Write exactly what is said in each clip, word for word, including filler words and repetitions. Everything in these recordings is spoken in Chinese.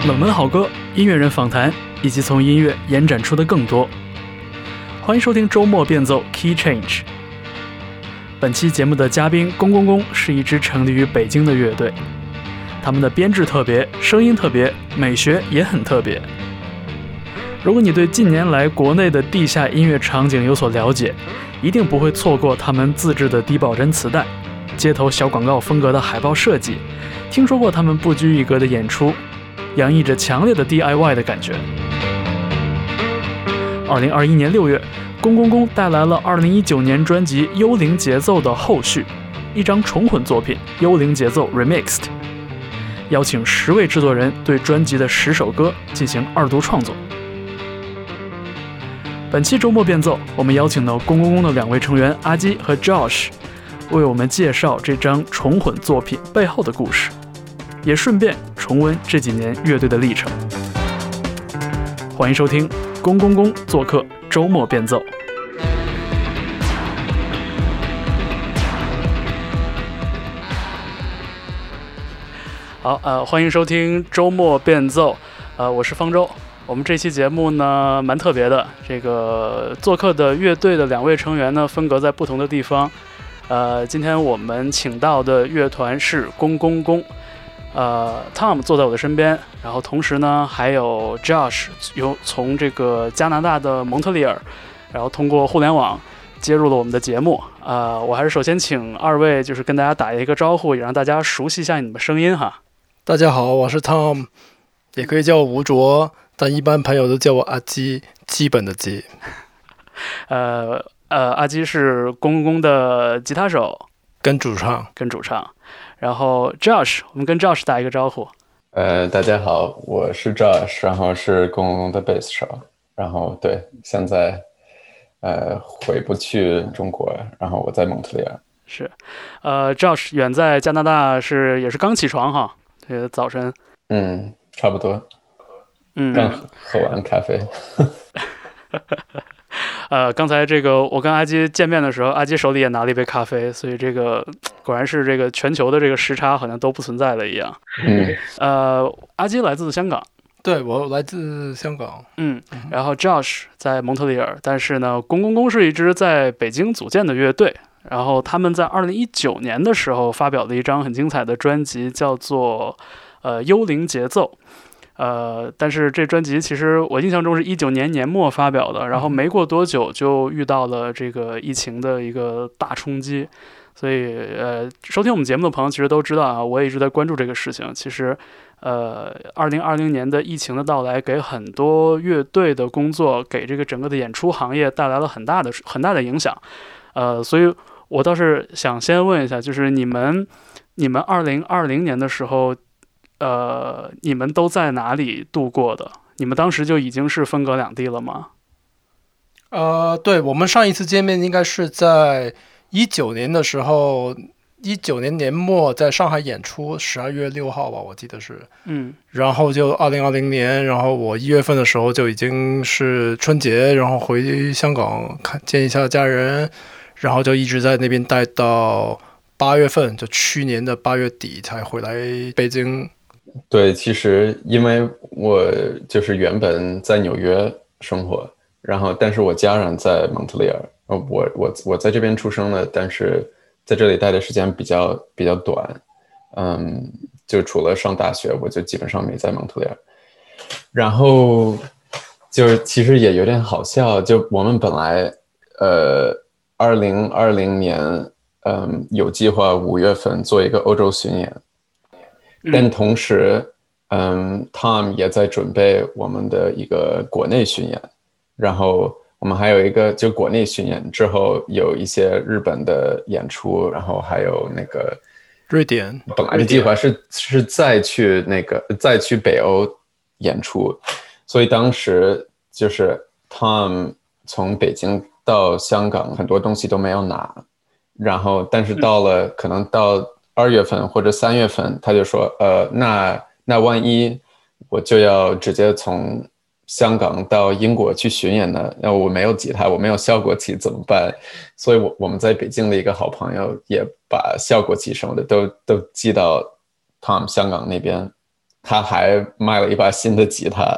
冷门好歌、音乐人访谈，以及从音乐延展出的更多。欢迎收听周末变奏 Key Change。本期节目的嘉宾公公公是一支成立于北京的乐队，他们的编制特别，声音特别，美学也很特别。如果你对近年来国内的地下音乐场景有所了解，一定不会错过他们自制的低保真磁带、街头小广告风格的海报设计，听说过他们不拘一格的演出，洋溢着强烈的 D I Y 的感觉。二零二一年六月，公公公带来了二零一九年专辑《幽灵节奏》的后续，一张重混作品《幽灵节奏 Remixed》，邀请十位制作人对专辑的十首歌进行二度创作。本期周末变奏，我们邀请到公公公的两位成员阿基和 Josh， 为我们介绍这张重混作品背后的故事，也顺便重温这几年乐队的历程。欢迎收听公公公做客周末变奏。好，呃，欢迎收听周末变奏，呃，我是方舟。我们这期节目呢蛮特别的，这个做客的乐队的两位成员呢分隔在不同的地方。呃，今天我们请到的乐团是公公公，呃 ，Tom 坐在我的身边，然后同时呢还有 Josh 由从这个加拿大的蒙特利尔，然后通过互联网接入了我们的节目。呃，我还是首先请二位就是跟大家打一个招呼，也让大家熟悉一下你们的声音哈。 大家好，我是 Tom， 也可以叫我吴卓。但一般朋友都叫我阿基，基本的基。 呃呃，阿基是公公公的吉他手跟主唱， 跟主唱。然后 Josh， 我们跟 Josh 打一个招呼。 呃，大家好，我是 Josh， 然后是公公公的贝斯手。然后对，现在呃回不去中国，然后我在蒙特利尔。 是，呃 ，Josh 远在加拿大是也是刚起床哈，这个早晨。 嗯，差不多。 嗯， 刚喝完咖啡。 呃，刚才这个我跟阿基见面的时候，阿基手里也拿了一杯咖啡，所以这个果然是这个全球的这个时差好像都不存在了一样。 嗯， 呃，阿基来自香港， 对，我来自香港。 嗯，然后 Josh 在蒙特利尔，但是呢，公公公是一支在北京组建的乐队，然后他们在二零一九年的时候发表了一张很精彩的专辑，叫做呃《幽灵节奏》。呃，但是这专辑其实我印象中是一九年年末发表的，然后没过多久就遇到了这个疫情的一个大冲击，所以呃，收听我们节目的朋友其实都知道啊，我也一直在关注这个事情。其实，呃，二零二零年的疫情的到来，给很多乐队的工作，给这个整个的演出行业带来了很大的很大的影响。呃，所以我倒是想先问一下，就是你们你们二零二零年的时候。呃，你们都在哪里度过的？你们当时就已经是分隔两地了吗？ 呃，对，我们上一次见面应该是在一九年的时候，一九年年末在上海演出，十二月六号吧，我记得是。嗯。然后就二零二零年，然后我一月份的时候就已经是春节，然后回香港看见一下家人，然后就一直在那边待到八月份，就去年的八月底才回来北京。 对，其实因为我就是原本在纽约生活，然后但是我家人在蒙特利尔，我我我在这边出生的，但是在这里待的时间比较比较短，嗯，就除了上大学，我就基本上没在蒙特利尔。然后就是其实也有点好笑，就我们本来呃二零二零年嗯有计划五月份做一个欧洲巡演。但同时，嗯 ，Tom 也在准备我们的一个国内巡演，然后我们还有一个就国内巡演之后有一些日本的演出，然后还有那个瑞典。 本来的计划是是再去那个再去北欧演出，所以当时就是 Tom 从北京到香港很多东西都没有拿，然后但是到了可能到二月份或者三月份，他就说，呃，那那万一我就要直接从香港到英国去巡演呢？那我没有吉他，我没有效果器怎么办？所以我，我们在北京的一个好朋友也把效果器什么的都都寄到 Tom 香港那边， 他还买了一把新的吉他。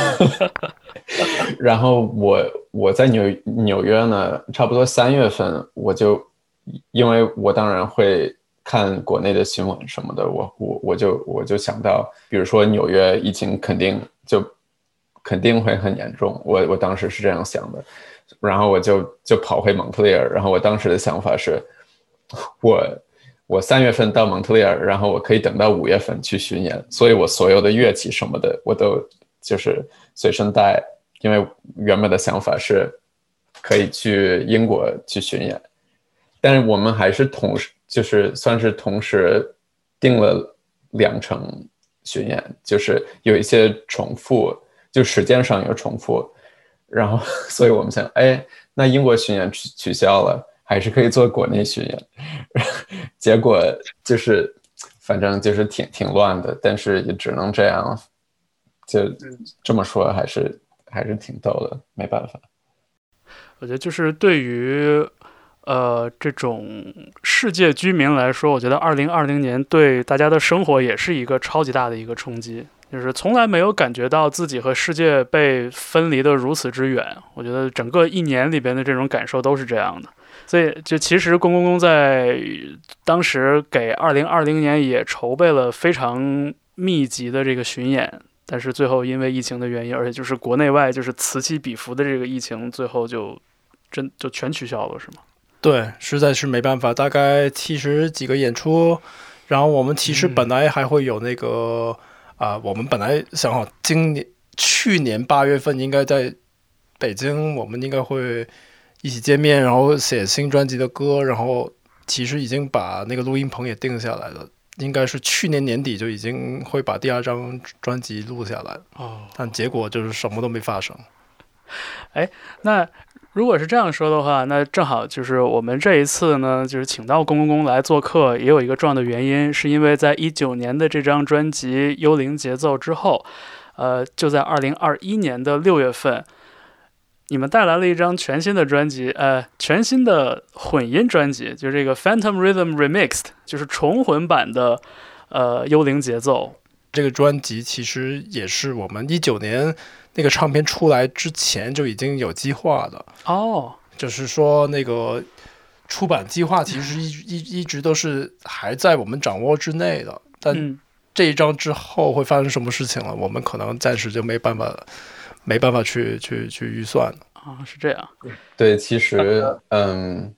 然后我我在纽纽约呢，差不多三月份，我就因为我当然会看国内的新闻什么的，我我我就我就想到，比如说纽约疫情肯定就肯定会很严重，我我当时是这样想的，然后我就就跑回蒙特利尔，然后我当时的想法是，我我三月份到蒙特利尔，然后我可以等到五月份去巡演，所以我所有的乐器什么的我都就是随身带，因为原本的想法是可以去英国去巡演，但是我们还是同时就是算是同时定了两场巡演，就是有一些重复，就时间上有重复，然后所以我们想，哎，那英国巡演取取消了，还是可以做国内巡演。结果就是反正就是挺挺乱的，但是也只能这样，就这么说还是还是挺逗的，没办法。 我觉得就是对于呃这种世界居民来说，我觉得二零二零年对大家的生活也是一个超级大的一个冲击，就是从来没有感觉到自己和世界被分离的如此之远。我觉得整个一年里边的这种感受都是这样的。所以就其实公公公在当时给二零二零年也筹备了非常密集的这个巡演，但是最后因为疫情的原因，而且就是国内外就是此起彼伏的这个疫情，最后就真就全取消了，是吗？ 对，实在是没办法，大概七十几个演出，然后我们其实本来还会有那个啊、嗯呃，我们本来想好今年去年八月份应该在北京，我们应该会一起见面，然后写新专辑的歌，然后其实已经把那个录音棚也定下来了，应该是去年年底就已经会把第二张专辑录下来了。哦，但结果就是什么都没发生。 哎，那如果是这样说的话，那正好就是我们这一次呢，就是请到公公公来做客，也有一个重要的原因，是因为在一九年的这张专辑《幽灵节奏》之后，呃，就在二零二一年的六月份。你们带来了一张全新的专辑，呃，全新的混音专辑，就是这个 Phantom Rhythm Remixed， 就是重混版的呃幽灵节奏。 这个专辑其实也是我们一九年那个唱片出来之前就已经有计划的哦， 就是说那个出版计划其实一一一直都是还在我们掌握之内的，但这一张之后会发生什么事情了，我们可能暂时就没办法没办法去去去预算啊，是这样。 对，其实嗯，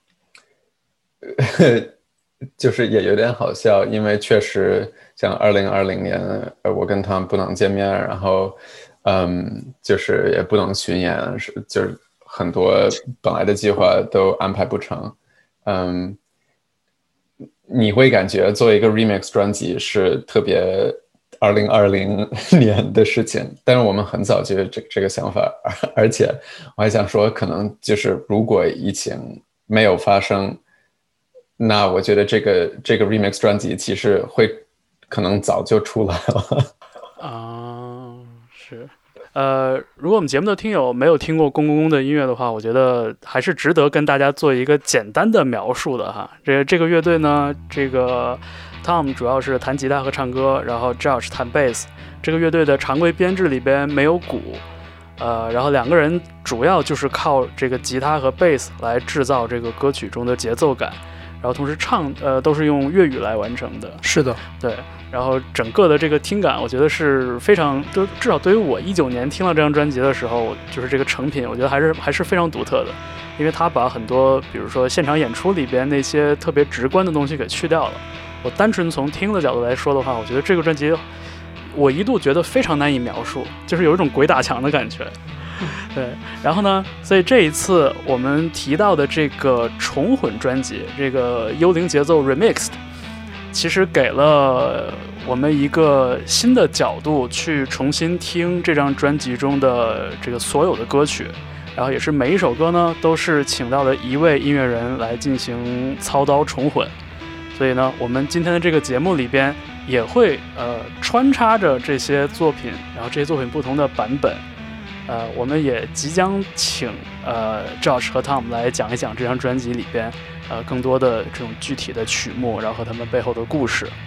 就是也有点好笑，因为确实像二零二零年，我跟他们不能见面，然后嗯，就是也不能巡演，是就是很多本来的计划都安排不成。嗯，你会感觉做一个 remix 专辑是特别二零二零年的事情，但是我们很早就有这这个想法，而且我还想说，可能就是如果疫情没有发生，那我觉得这个这个 remix 专辑其实会可能早就出来了。 啊，是。呃，如果我们节目的听友没有听过公公公的音乐的话，我觉得还是值得跟大家做一个简单的描述的哈。这这个乐队呢，这个 Tom 主要是弹吉他和唱歌，然后 Josh 弹贝斯。这个乐队的常规编制里边没有鼓，呃，然后两个人主要就是靠这个吉他和贝斯来制造这个歌曲中的节奏感，然后同时唱呃都是用粤语来完成的。 是的， 对。然后整个的这个听感，我觉得是非常，就至少对于我一九年听到这张专辑的时候，就是这个成品，我觉得还是还是非常独特的，因为他把很多，比如说现场演出里边那些特别直观的东西给去掉了。我单纯从听的角度来说的话，我觉得这个专辑，我一度觉得非常难以描述，就是有一种鬼打墙的感觉。对，然后呢，所以这一次我们提到的这个重混专辑，这个幽灵节奏 Remixed。其实给了我们一个新的角度去重新听这张专辑中的这个所有的歌曲，然后也是每一首歌呢都是请到了一位音乐人来进行操刀重混，所以呢我们今天的这个节目里边也会呃穿插着这些作品，然后这些作品不同的版本，呃我们也即将请呃 Josh 和 Tom 来讲一讲这张专辑里边呃，更多的这种具体的曲目，然后和他们背后的故事。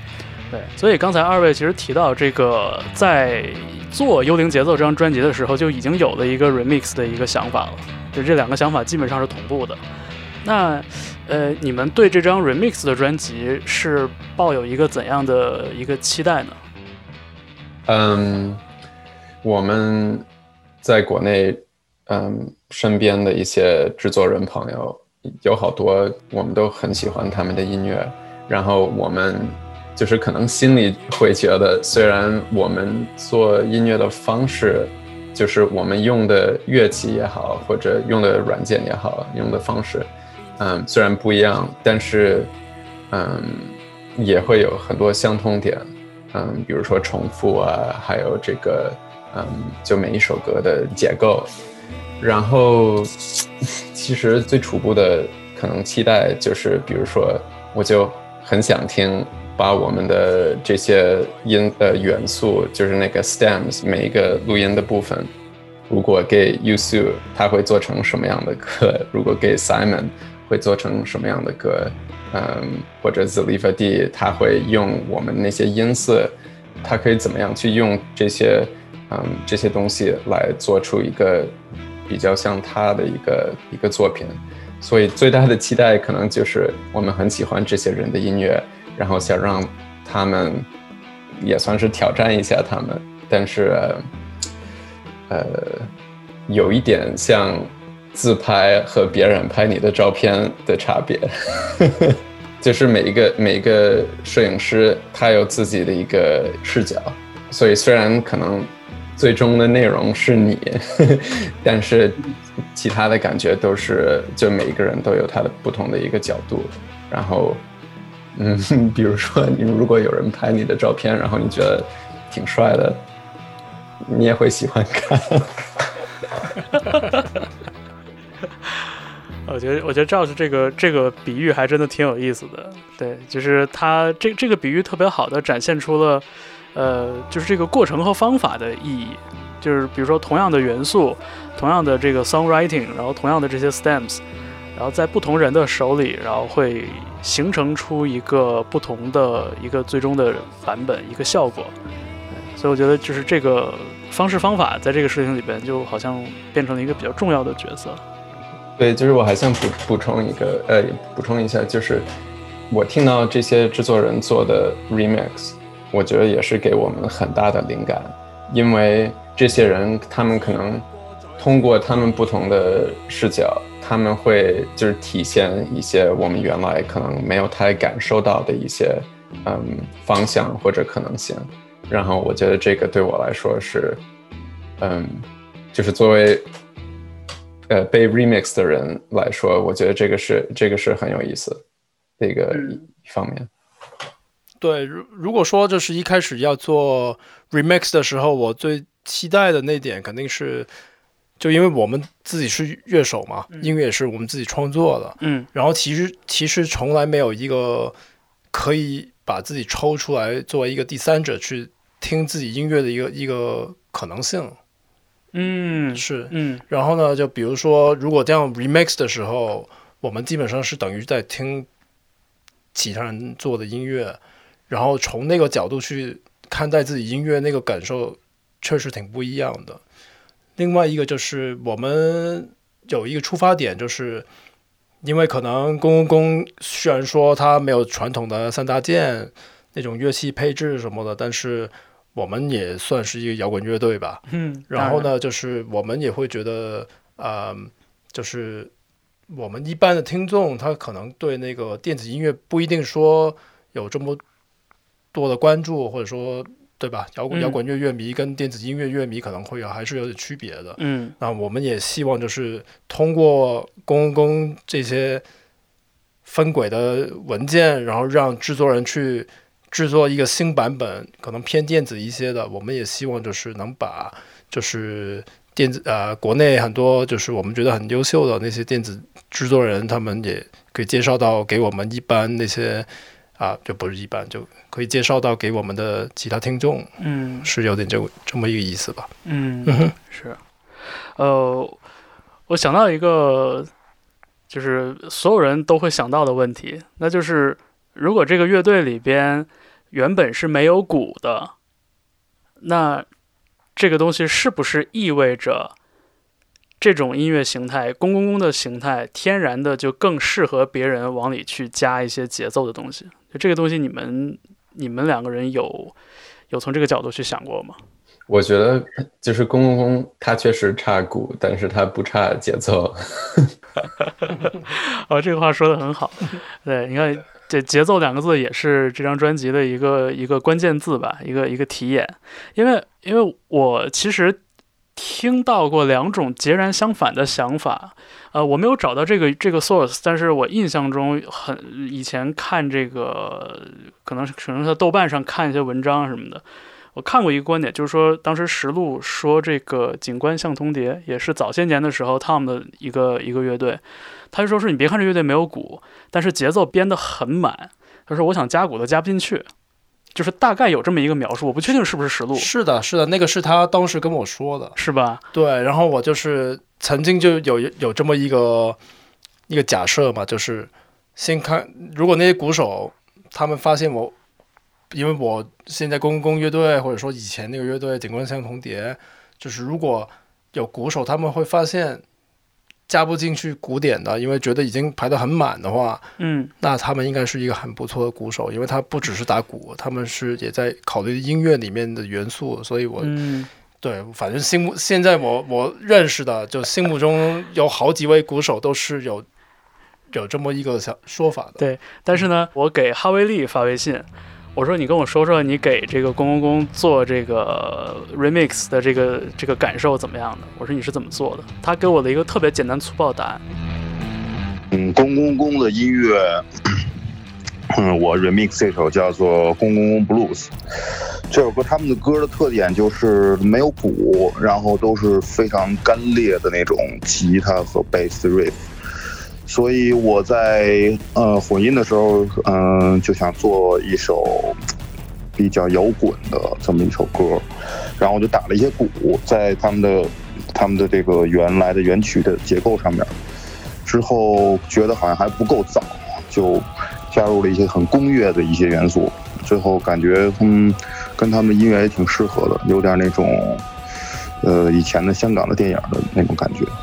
对，所以刚才二位其实提到这个，在做《幽灵节奏》这张专辑的时候，就已经有了一个 remix 的一个想法了，就这两个想法基本上是同步的。那呃，你们对这张 remix 的专辑是抱有一个怎样的一个期待呢？ 嗯，我们在国内，嗯，身边的一些制作人朋友有好多，我们都很喜欢他们的音乐，然后我们就是可能心里会觉得，虽然我们做音乐的方式，就是我们用的乐器也好，或者用的软件也好，用的方式，嗯，虽然不一样，但是，嗯，也会有很多相通点，嗯，比如说重复啊，还有这个，嗯，就每一首歌的结构，然后，其实最初步的可能期待就是，比如说，我就很想听，把我们的这些音的元素，就是那个 stems 每一个录音的部分，如果给 Yusu 他会做成什么样的歌，如果给 Simon 会做成什么样的歌，嗯，或者 Zaliva D 他会用我们那些音色，他可以怎么样去用这些嗯这些东西来做出一个比较像他的一个一个作品。所以最大的期待可能就是我们很喜欢这些人的音乐，然后想让他们也算是挑战一下他们，但是呃有一点像自拍和别人拍你的照片的差别。就是每一个每一个摄影师他有自己的一个视角，所以虽然可能最终的内容是你，但是其他的感觉都是，就每一个人都有他的不同的一个角度。然后嗯，比如说你如果有人拍你的照片，然后你觉得挺帅的，你也会喜欢看。 我觉得，我觉得赵是这个这个比喻还真的挺有意思的。对，就是他这这个比喻特别好的展现出了，呃，就是这个过程和方法的意义。就是比如说同样的元素，同样的这个 songwriting， 然后同样的这些 stems， 然后在不同人的手里，然后会形成出一个不同的一个最终的版本，一个效果。所以我觉得就是这个方式方法在这个事情里边就好像变成了一个比较重要的角色。 对，就是我还想补补充一个，呃，补充一下，就是我听到这些制作人做的 remix， 我觉得也是给我们很大的灵感，因为这些人他们可能通过他们不同的视角，他们会就是体现一些我们原来可能没有太感受到的一些嗯方向或者可能性，然后我觉得这个对我来说是，嗯，就是作为。呃，被 remix 的人来说，我觉得这个是这个是很有意思的一个一方面。 对，如如果说就是一开始要做 remix 的时候，我最期待的那点肯定是，就因为我们自己是乐手嘛，嗯、音乐也是我们自己创作的，嗯，然后其实其实从来没有一个可以把自己抽出来作为一个第三者去听自己音乐的一个一个可能性。 嗯， 是， 嗯， 然后呢，就比如说，如果这样 remix 的时候，我们基本上是等于在听其他人做的音乐，然后从那个角度去看待自己音乐，那个感受确实挺不一样的。另外一个就是我们有一个出发点，就是因为可能公公虽然说它没有传统的三大件那种乐器配置什么的，但是我们也算是一个摇滚乐队吧， 嗯， 然后呢，就是我们也会觉得，呃，就是我们一般的听众，他可能对那个电子音乐不一定说有这么多的关注，或者说，对吧？摇滚、嗯、摇滚乐乐迷跟电子音乐乐迷可能会有还是有点区别的。 嗯， 那我们也希望就是通过公公这些分轨的文件，然后让制作人去制作一个新版本，可能偏电子一些的，我们也希望就是能把就是电子呃国内很多就是我们觉得很优秀的那些电子制作人，他们也可以介绍到给我们一般那些啊就不是一般就可以介绍到给我们的其他听众， 嗯， 是有点这这么一个意思吧。 嗯，是，呃，我想到一个就是所有人都会想到的问题，那就是如果这个乐队里边原本是没有鼓的，那这个东西是不是意味着这种音乐形态公公公的形态天然的就更适合别人往里去加一些节奏的东西？就这个东西你们你们两个人有有从这个角度去想过吗？ 我觉得就是公公公他确实差鼓，但是他不差节奏。 哦，这个话说得很好。对，你看这节奏两个字也是这张专辑的一个一个关键字吧，一个一个题眼。因为因为我其实听到过两种截然相反的想法，呃，我没有找到这个这个 source， 但是我印象中很以前看这个，可能可能在豆瓣上看一些文章什么的，我看过一个观点，就是说当时实录说这个景观像铜碟也是早些年的时候 Tom 的一个一个乐队，他就说是你别看这乐队没有鼓，但是节奏编得很满，他说我想加鼓都加不进去。就是大概有这么一个描述，我不确定是不是实录。 是的，是的，那个是他当时跟我说的， 是吧？ 对，然后我就是曾经就有有这么一个一个假设嘛，就是先看如果那些鼓手他们发现我，因为我现在公共乐队或者说以前那个乐队景观像铜碟，就是如果有鼓手他们会发现加不进去鼓点的，因为觉得已经排得很满的话， 嗯， 那他们应该是一个很不错的鼓手，因为他不只是打鼓，他们是也在考虑音乐里面的元素，所以我， 嗯， 对，反正心目现在我我认识的，就心目中有好几位鼓手都是有有这么一个说法的。 对，但是呢，我给哈维利发微信。我说你跟我说说你给这个公公公做这个 remix 的这个这个感受怎么样的？我说你是怎么做的？他给我的一个特别简单粗暴的答案。 嗯，公公公的音乐，嗯，我 remix 这首叫做《公公公 Blues》。这首歌他们的歌的特点就是没有鼓，然后都是非常干裂的那种吉他和贝斯 riff。所以我在呃混音的时候，嗯、呃，就想做一首比较摇滚的这么一首歌，然后我就打了一些鼓在他们的他们的这个原来的原曲的结构上面，之后觉得好像还不够早，就加入了一些很工乐的一些元素，最后感觉嗯跟他们的音乐也挺适合的，有点那种呃以前的香港的电影的那种感觉。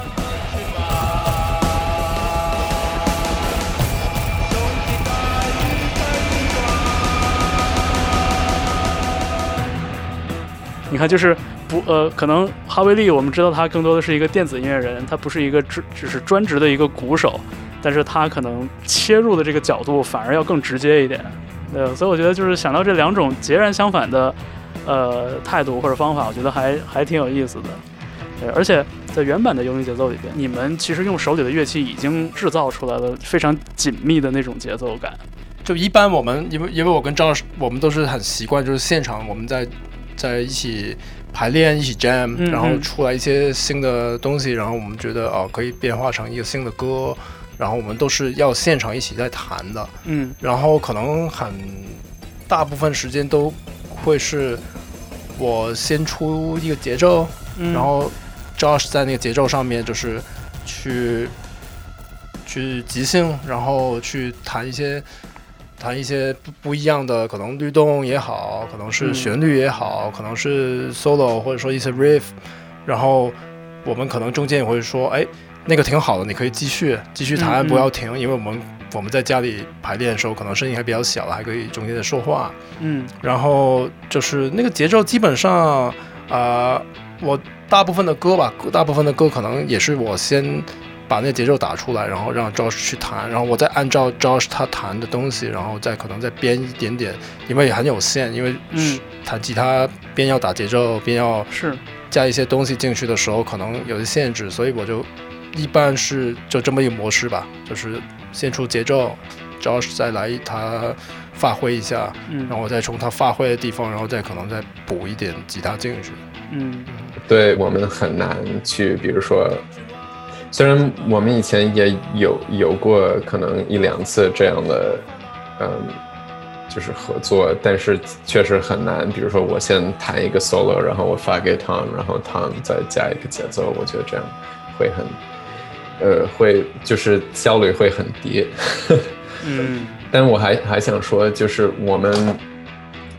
你看，就是不呃，可能哈维利我们知道他更多的是一个电子音乐人，他不是一个只只是专职的一个鼓手，但是他可能切入的这个角度反而要更直接一点。对，所以我觉得就是想到这两种截然相反的呃态度或者方法，我觉得还还挺有意思的。对，而且在原版的游行节奏里边，你们其实用手里的乐器已经制造出来了非常紧密的那种节奏感。 就一般我们因为因为我跟赵老师我们都是很习惯，就是现场我们在在一起排练一起 jam， 嗯嗯， 然后出来一些新的东西，然后我们觉得哦可以变化成一个新的歌，然后我们都是要现场一起在弹的， 嗯， 然后可能很大部分时间都会是我先出一个节奏， 嗯， 然后 Josh 在那个节奏上面就是去去即兴，然后去弹一些弹一些 不, 不一样的，可能律动也好，可能是旋律也好，嗯，可能是 solo 或者说一些 riff， 然后我们可能中间也会说，哎，那个挺好的，你可以继续继续弹，嗯嗯，不要停，因为我们我们在家里排练的时候，可能声音还比较小，还可以中间的说话， 嗯， 然后就是那个节奏基本上，呃，我大部分的歌吧，大部分的歌可能也是我先把那节奏打出来，然后让 Josh 去弹，然后我再按照 Josh 他弹的东西，然后再可能再编一点点，因为也很有限，因为弹吉他边要打节奏边要是加一些东西进去的时候，可能有些限制，所以我就一般是就这么一个模式吧，就是先出节奏 ，Josh 再来他发挥一下， 嗯， 然后我再从他发挥的地方，然后再可能再补一点吉他进去。 嗯， 对我们很难去，比如说。虽然我们以前也有有过可能一两次这样的，嗯，就是合作，但是确实很难。比如说我先弹一个 solo， 然后我发给 Tom， 然后 Tom 再加一个节奏，我觉得这样会很，呃，会就是效率会很低。 嗯， 但我还还想说，就是我们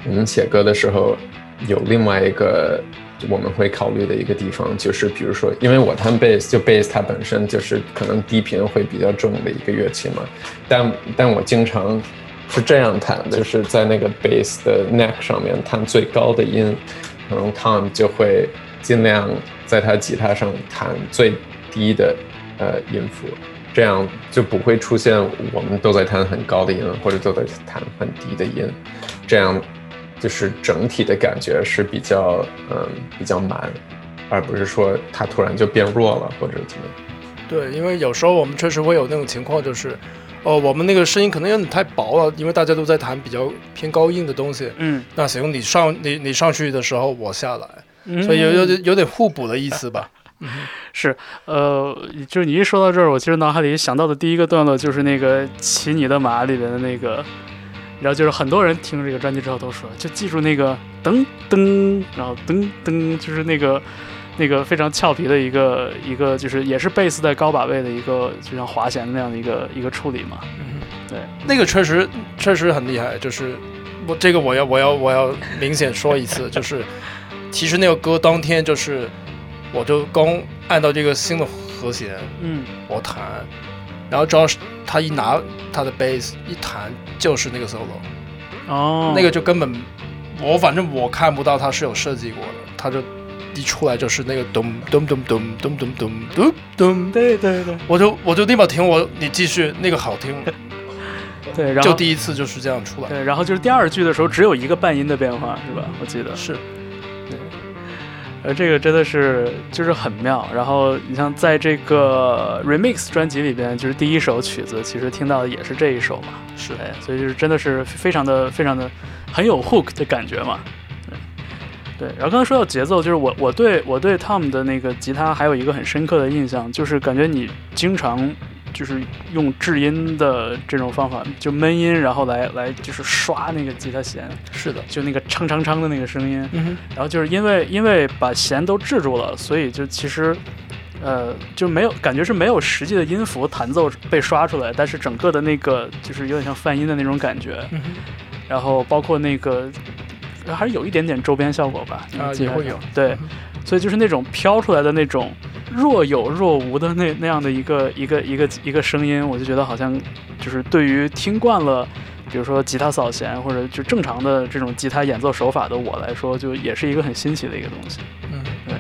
我们写歌的时候有另外一个我们会考虑的一个地方，就是比如说，因为我弹贝斯，就贝斯它本身就是可能低频会比较重的一个乐器嘛，但但我经常是这样弹的，就是在那个贝斯的 neck 上面弹最高的音，可能 Tom 就会尽量在他吉他上弹最低的呃音符，这样就不会出现我们都在弹很高的音，或者都在弹很低的音，这样就是整体的感觉是比较嗯比较满，而不是说它突然就变弱了或者怎么样。 对，因为有时候我们确实会有那种情况，就是哦，我们那个声音可能有点太薄了，因为大家都在弹比较偏高音的东西。嗯，那行，你上你你上去的时候我下来，嗯、所以有有有点互补的意思吧。嗯、 是，呃，就是你一说到这儿，我其实脑海里想到的第一个段落就是那个《骑你的马》里面的那个。然后就是很多人听这个专辑之后都说，就记住那个噔噔，然后噔噔，就是那个那个非常俏皮的一个一个，就是也是贝斯在高把位的一个，就像滑弦那样的一个一个处理嘛。嗯，对， 那个确实确实很厉害，就是我这个我要我要我要明显说一次，就是其实那个歌当天就是我就刚按到这个新的和弦，嗯，我弹。然后 Josh 他一拿他的 bass 一弹就是那个 solo， 哦，那个就根本我反正我看不到他是有设计过的，他就一出来就是那个咚咚咚咚咚咚咚咚咚， 对对对， 我就我就立马停，我你继续，那个好听， 对，然后就第一次就是这样出来， 对，然后就是第二句的时候只有一个半音的变化是吧？我记得是， 对。而这个真的是就是很妙，然后你像在这个 remix 专辑里边，就是第一首曲子，其实听到的也是这一首嘛， 是， 哎，所以就是真的是非常的非常的很有 hook 的感觉嘛，对。对，然后刚才说到节奏，就是我我对我对 Tom 的那个吉他还有一个很深刻的印象，就是感觉你经常就是用制音的这种方法，就闷音，然后来来就是刷那个吉他弦， 是的， 就那个锵锵锵的那个声音。 嗯、 然后就是因为因为把弦都制住了，所以就其实，呃，就没有感觉是没有实际的音符弹奏被刷出来，但是整个的那个就是有点像泛音的那种感觉。 嗯、 然后包括那个还是有一点点周边效果吧， 啊，也会有。 对，嗯、所以就是那种飘出来的那种。若有若无的那那样的一个一个一个一个声音，我就觉得好像就是对于听惯了，比如说吉他扫弦或者就正常的这种吉他演奏手法的我来说，就也是一个很新奇的一个东西。 嗯， 对。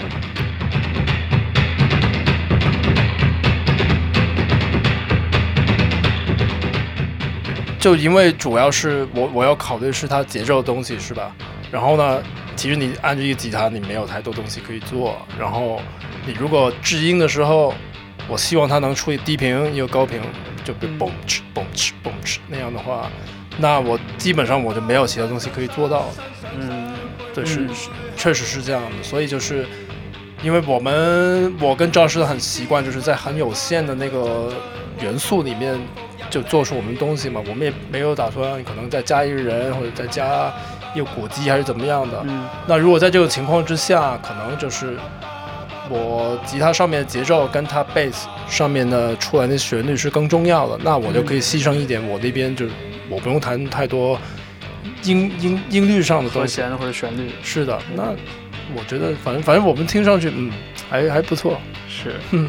就因为主要是我我要考虑是它节奏的东西是吧？然后呢，其实你按着一个吉他，你没有太多东西可以做，然后。你如果制音的时候，我希望它能出一低频一个高频，就比如嘣哧嘣哧嘣哧那样的话，那我基本上我就没有其他东西可以做到。 嗯， 对，是、嗯、确实是这样的。所以就是因为我们我跟赵师很习惯，就是在很有限的那个元素里面就做出我们的东西嘛，我们也没有打算可能再加一个人或者再加一个鼓机还是怎么样的。 嗯， 那如果在这个情况之下，可能就是。我吉他上面的节奏跟它贝斯上面的出来的旋律是更重要的，那我就可以牺牲一点，我那边就我不用弹太多音音音律上的东西， 和弦或者旋律。 是的，那我觉得反正反正我们听上去嗯还还不错， 是嗯。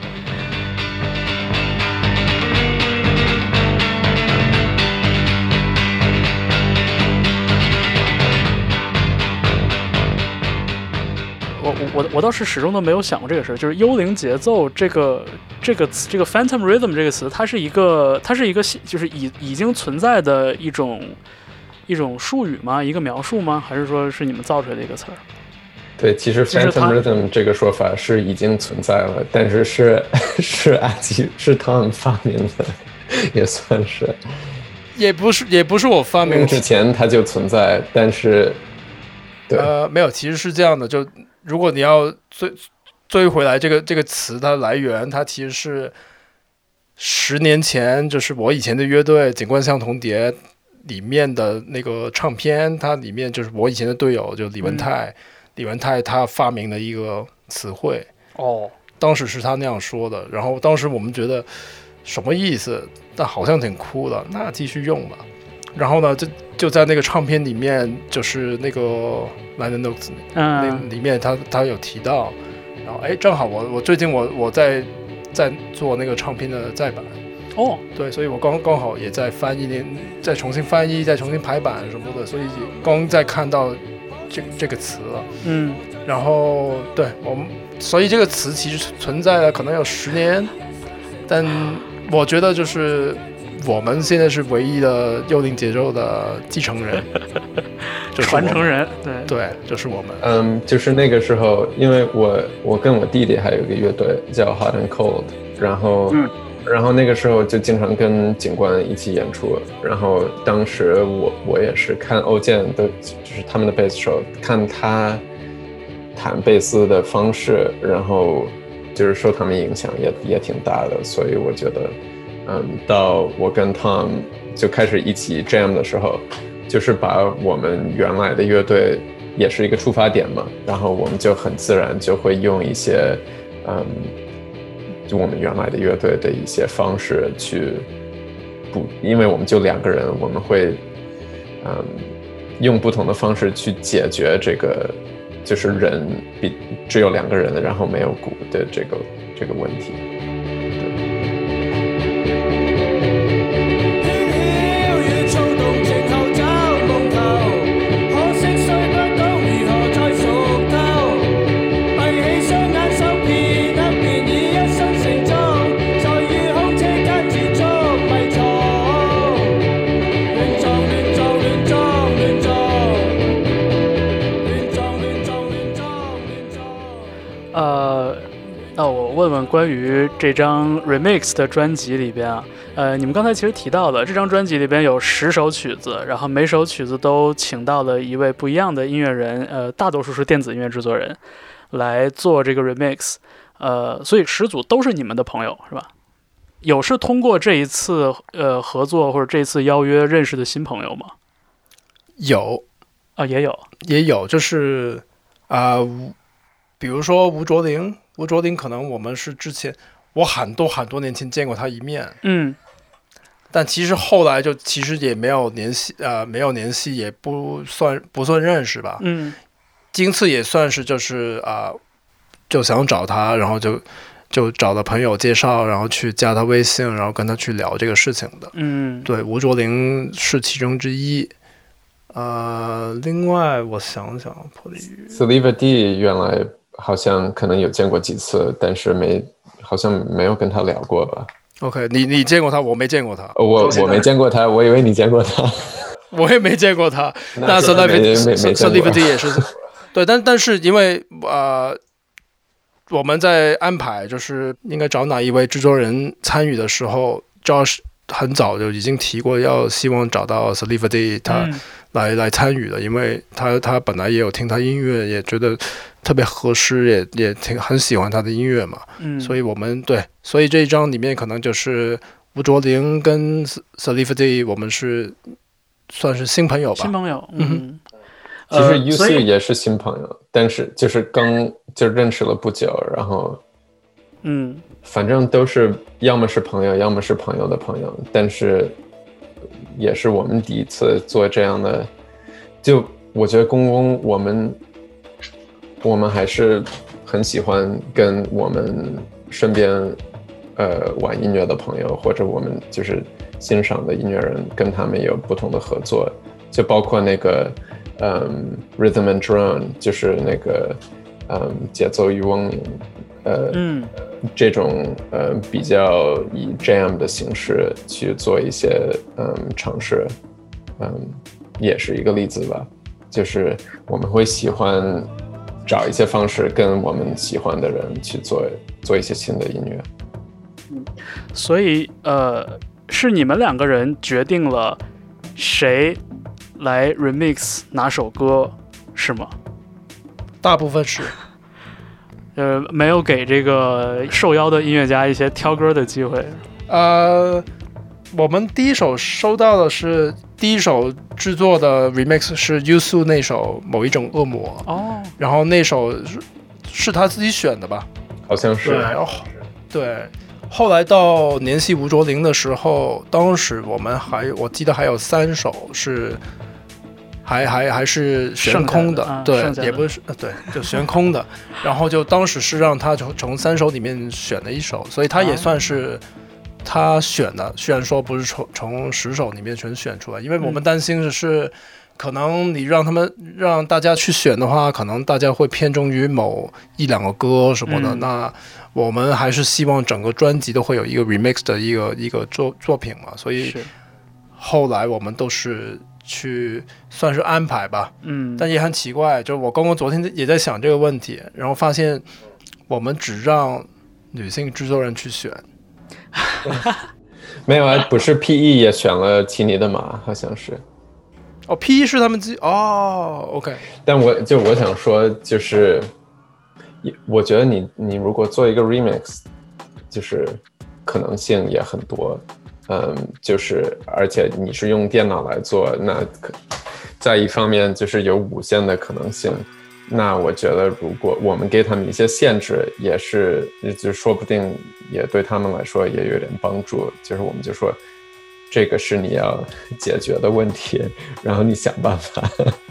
我我我倒是始终都没有想过这个事儿，就是幽灵节奏这个这个词，这个 phantom rhythm 这个词，它是一个它是一个就是已已经存在的一种一种术语吗？一个描述吗？还是说是你们造出来的一个词儿？ 对，其实 phantom rhythm 这个说法是已经存在了，但是是是阿基是他们发明的，也算是， 也不是也不是我发明的， 之前它就存在，但是对呃没有，其实是这样的，就。如果你要追追回来这个这个词它的来源，它其实是十年前，就是我以前的乐队景观相同碟里面的那个唱片，它里面就是我以前的队友就李文泰，嗯、李文泰他发明的一个词汇哦， 当时是他那样说的，然后当时我们觉得什么意思，但好像挺酷的，那继续用吧。然后呢，这就在那个唱片里面，就是那个 Liner Notes 那里面他他有提到，然后哎，正好我我最近我我在在做那个唱片的再版。 哦， 对，所以我刚刚好也在翻译，再重新翻译，再重新排版什么的，所以刚在看到这这个词了。 嗯， 然后对我们，所以这个词其实存在了可能有十年，但我觉得就是我们现在是唯一的幽灵节奏的继承人，就是传承人，对对，就是我们。 嗯，就是那个时候，因为我我跟我弟弟还有一个乐队叫 Hot and Cold， 然后。嗯然后那个时候就经常跟警官一起演出，然后当时我我也是看欧健的，就是他们的贝斯手，看他弹贝斯的方式，然后就是受他们影响也也挺大的，所以我觉得，嗯，到我跟 Tom 就开始一起 jam 的时候，就是把我们原来的乐队也是一个出发点嘛，然后我们就很自然就会用一些，嗯。就我们原来的乐队的一些方式去不，因为我们就两个人，我们会嗯用不同的方式去解决这个就是人比只有两个人然后没有鼓的这个这个问题。 问问关于这张 remix 的专辑里边啊，呃，你们刚才其实提到了这张专辑里边有十首曲子，然后每首曲子都请到了一位不一样的音乐人，呃，大多数是电子音乐制作人来做这个 remix， 呃，所以十组都是你们的朋友是吧？有是通过这一次呃合作或者这一次邀约认识的新朋友吗？ 有啊、呃，也有， 也有，就是啊、呃，比如说吴卓林。吴卓林可能我们是之前我很多很多年前见过他一面， 嗯， 但其实后来就其实也没有联系，呃，没有联系，也不算不算认识吧， 嗯， 今次也算是就是啊、呃，就想找他，然后就就找了朋友介绍，然后去加他微信，然后跟他去聊这个事情的， 嗯， 对，吴卓林是其中之一，呃，另外我想想，破例 Sliver D 原来。好像可能有见过几次，但是没，好像没有跟他聊过吧。 OK， 你你见过他，我没见过他。 我我没见过他，我以为你见过他。 我也没见过他。 那 Celebrity 也是，对，但但是因为呃，我们在安排就是应该找哪一位制作人参与的时候 ，Josh 很早就已经提过要希望找到 Celebrity 他来、嗯、来参与的，因为他他本来也有听他音乐，也觉得。特别合适，也也挺很喜欢他的音乐嘛， 嗯， 所以我们对，所以这一张里面可能就是吴卓林跟 Celebrity 我们是算是新朋友吧， 新朋友，嗯， 其实 U C 也是新朋友，呃、但是就是刚就认识了不久，然后， 嗯， 反正都是要么是朋友，要么是朋友的朋友，但是也是我们第一次做这样的，就我觉得公公我们。我们还是很喜欢跟我们身边呃玩音乐的朋友，或者我们就是欣赏的音乐人，跟他们有不同的合作，就包括那个嗯 Rhythm and Drone， 就是那个嗯节奏与翁铃，呃嗯这种呃比较以 jam 的形式去做一些嗯尝试，嗯也是一个例子吧，就是我们会喜欢。找一些方式跟我们喜欢的人去做做一些新的音乐， 嗯，所以呃，是你们两个人决定了谁来 remix 哪首歌，是吗？ 大部分是， 呃，没有给这个受邀的音乐家一些挑歌的机会。 呃，我们第一首收到的是。第一首制作的 remix 是 Yusu 那首某一种恶魔哦， 然后那首 是, 是他自己选的吧？ 好像是。 对，哦、对后来到联系吴卓林的时候，当时我们还我记得还有三首是还还还是悬空的， 的对， 的也不是对，就悬空的。然后就当时是让他从从三首里面选了一首，所以他也算是他选的，虽然说不是从从十首里面全选出来，因为我们担心的是。嗯可能你让他们让大家去选的话，可能大家会偏重于某一两个歌什么的。嗯、那我们还是希望整个专辑都会有一个 remix 的一个一个作作品嘛，所以后来我们都是去算是安排吧。嗯，但也很奇怪，就我刚刚昨天也在想这个问题，然后发现我们只让女性制作人去选。 没有啊，不是 P E 也选了奇尼的马，好像是。 哦 ，P E 是他们自己哦 ，OK。 但我就我想说，就是我觉得你你如果做一个 remix， 就是可能性也很多，嗯，就是而且你是用电脑来做，那在一方面就是有无限的可能性。那我觉得如果我们给他们一些限制，也是就说不定也对他们来说也有点帮助。就是我们就说。这个是你要解决的问题，然后你想办法。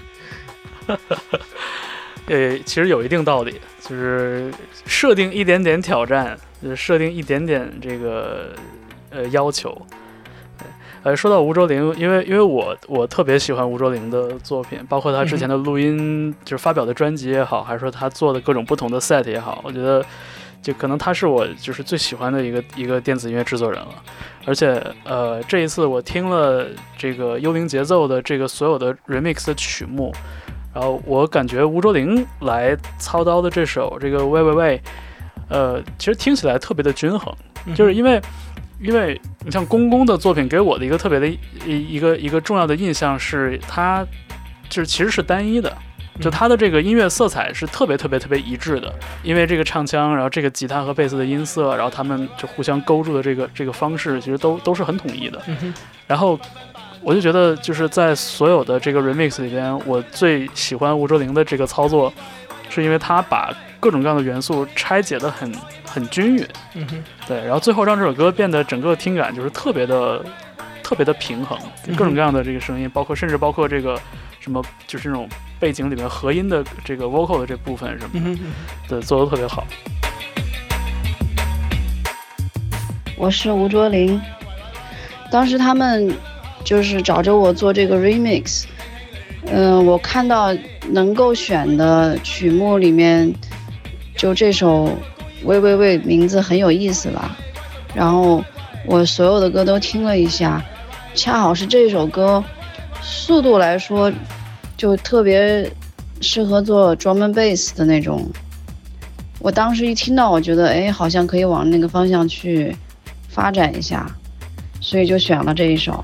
呃，其实有一定道理，就是设定一点点挑战，就是设定一点点这个呃要求。呃，说到吴卓林，因为因为我我特别喜欢吴卓林的作品，包括他之前的录音，嗯、就是发表的专辑也好，还是说他做的各种不同的 set 也好，我觉得。就可能他是我就是最喜欢的一个一个电子音乐制作人了，而且呃这一次我听了这个幽灵节奏的这个所有的 remix 的曲目，然后我感觉吴卓林来操刀的这首这个喂喂喂，呃其实听起来特别的均衡，就是因为因为你像公公的作品给我的一个特别的一一个一个重要的印象是它就是其实是单一的。就他的这个音乐色彩是特别特别特别一致的，因为这个唱腔，然后这个吉他和贝斯的音色，然后他们就互相勾住的这个这个方式，其实都都是很统一的。嗯、然后我就觉得，就是在所有的这个 remix 里边，我最喜欢吴卓林的这个操作，是因为他把各种各样的元素拆解得很很均匀。嗯、对，然后最后让这首歌变得整个听感就是特别的特别的平衡，各种各样的这个声音，包括甚至包括这个什么，就是这种。背景里面合音的这个 vocal 的这部分什么的，对，做得特别好。 我是吴卓林，当时他们就是找着我做这个 remix， 嗯、呃，我看到能够选的曲目里面，就这首喂喂喂名字很有意思吧，然后我所有的歌都听了一下，恰好是这首歌速度来说。就特别适合做 drum and bass 的那种，我当时一听到，我觉得哎，好像可以往那个方向去发展一下，所以就选了这一首。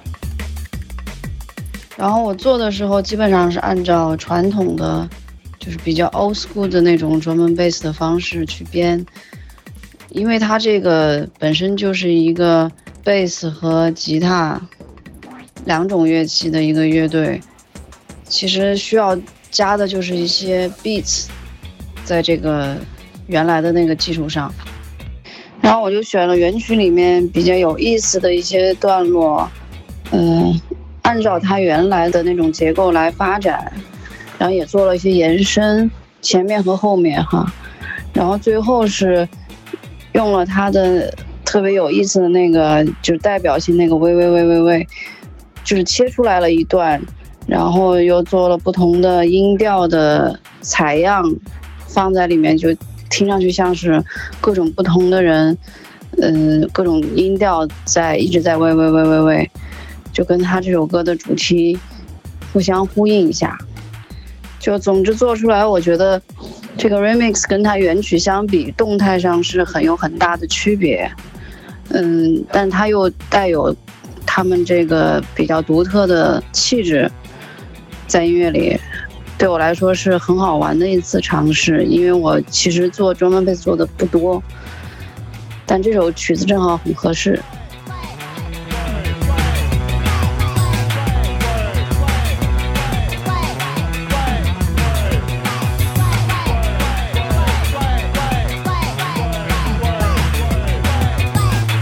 然后我做的时候，基本上是按照传统的，就是比较 old school 的那种 drum and bass 的方式去编，因为它这个本身就是一个贝斯和吉他两种乐器的一个乐队。其实需要加的就是一些 beats， 在这个原来的那个基础上，然后我就选了原曲里面比较有意思的一些段落，嗯、呃，按照它原来的那种结构来发展，然后也做了一些延伸，前面和后面哈，然后最后是用了它的特别有意思的那个，就是代表性那个喂喂喂喂喂，就是切出来了一段。然后又做了不同的音调的采样放在里面，就听上去像是各种不同的人嗯、呃，各种音调在一直在喂喂喂喂喂，就跟他这首歌的主题互相呼应一下。就总之做出来，我觉得这个 remix 跟它原曲相比，动态上是很有很大的区别。嗯，但它又带有他们这个比较独特的气质。在音乐里，对我来说是很好玩的一次尝试，因为我其实做 drum and bass 做的不多，但这首曲子正好很合适。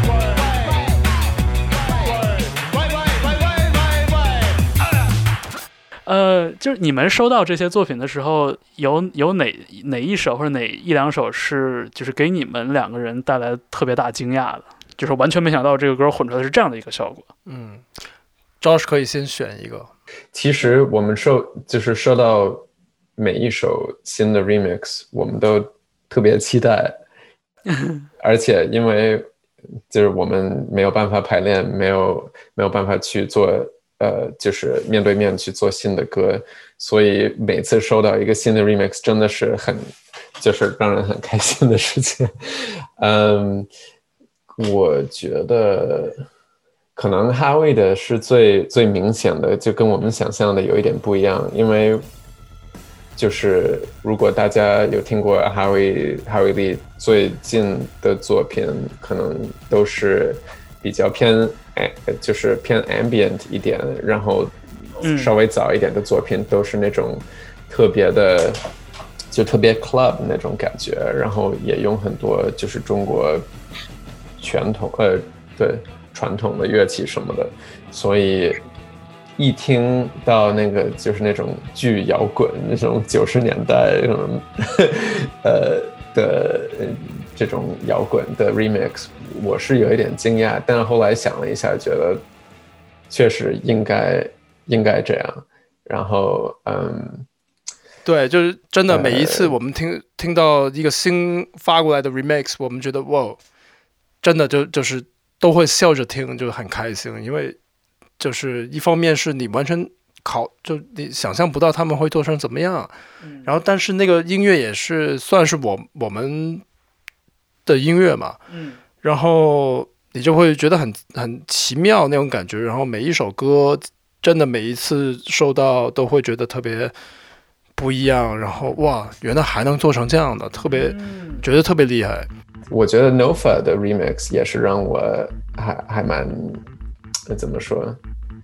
呃呃，就是你们收到这些作品的时候，有有哪哪一首或者哪一两首是就是给你们两个人带来特别大惊讶的，就是完全没想到这个歌混出来是这样的一个效果。 嗯 ，Josh 可以先选一个。 其实我们收就是收到每一首新的 remix， 我们都特别期待，而且因为就是我们没有办法排练，没有没有办法去做。呃，就是面对面去做新的歌，所以每次收到一个新的 remix 真的是很，就是让人很开心的事情。嗯，我觉得可能哈维的是最最明显的，就跟我们想象的有一点不一样，因为就是如果大家有听过哈维哈维利最近的作品，可能都是比较偏。就是偏 ambient 一点，然后稍微早一点的作品都是那种特别的，就特别 club 那种感觉，然后也用很多就是中国传统呃对传统的乐器什么的，所以一听到那个就是那种巨摇滚那种九十年代那种呃的这种摇滚的 remix。我是有一点惊讶，但后来想了一下，觉得确实应该应该这样。然后，嗯， 对，就是真的，每一次我们听、呃、听到一个新发过来的 remix， 我们觉得哇，真的就就是都会笑着听，就很开心，因为就是一方面是你完全考，就你想象不到他们会做成怎么样，嗯、然后但是那个音乐也是算是我我们的音乐嘛，嗯。然后你就会觉得很很奇妙那种感觉，然后每一首歌真的每一次收到都会觉得特别不一样，然后哇，原来还能做成这样的，特别、嗯、觉得特别厉害。 我觉得 Nova 的 remix 也是让我还还蛮怎么说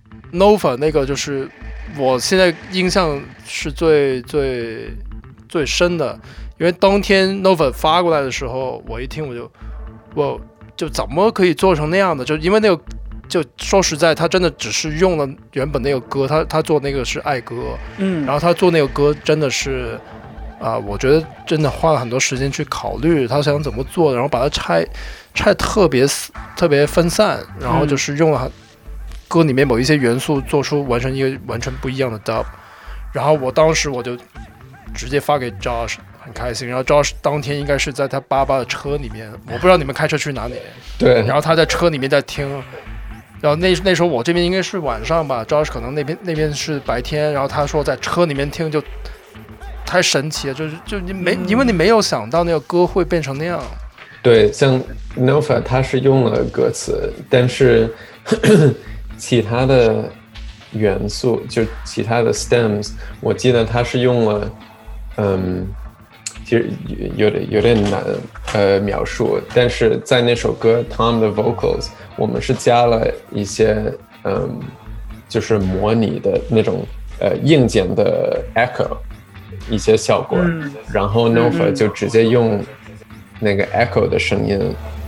Nova 那个就是我现在印象是最最最深的，因为当天 Nova 发过来的时候，我一听我就哇。就怎么可以做成那样的？就因为那个，就说实在，他真的只是用了原本那个歌，他他做那个是爱歌，嗯，然后他做那个歌真的是，啊、呃，我觉得真的花了很多时间去考虑他想怎么做，然后把它拆拆特别特别分散，然后就是用了歌里面某一些元素做出完成一个完全不一样的 dub， 然后我当时我就直接发给 Josh。很开心，然后 Josh 当天应该是在他爸爸的车里面，我不知道你们开车去哪里。 对。 然后他在车里面在听，然后那那时候我这边应该是晚上吧 ，Josh 可能那边那边是白天，然后他说在车里面听就太神奇了，就是就你没、嗯、因为你没有想到那个歌会变成那样。 对，像 Nova 他是用了歌词，但是呵呵其他的元素就其他的 stems， 我记得他是用了，嗯。其实有点有点难呃描述，但是在那首歌 Tom 的 vocals 我们是加了一些嗯就是模拟的那种呃硬件的 echo 一些效果，嗯、然后 Nova 就直接用那个 echo 的声音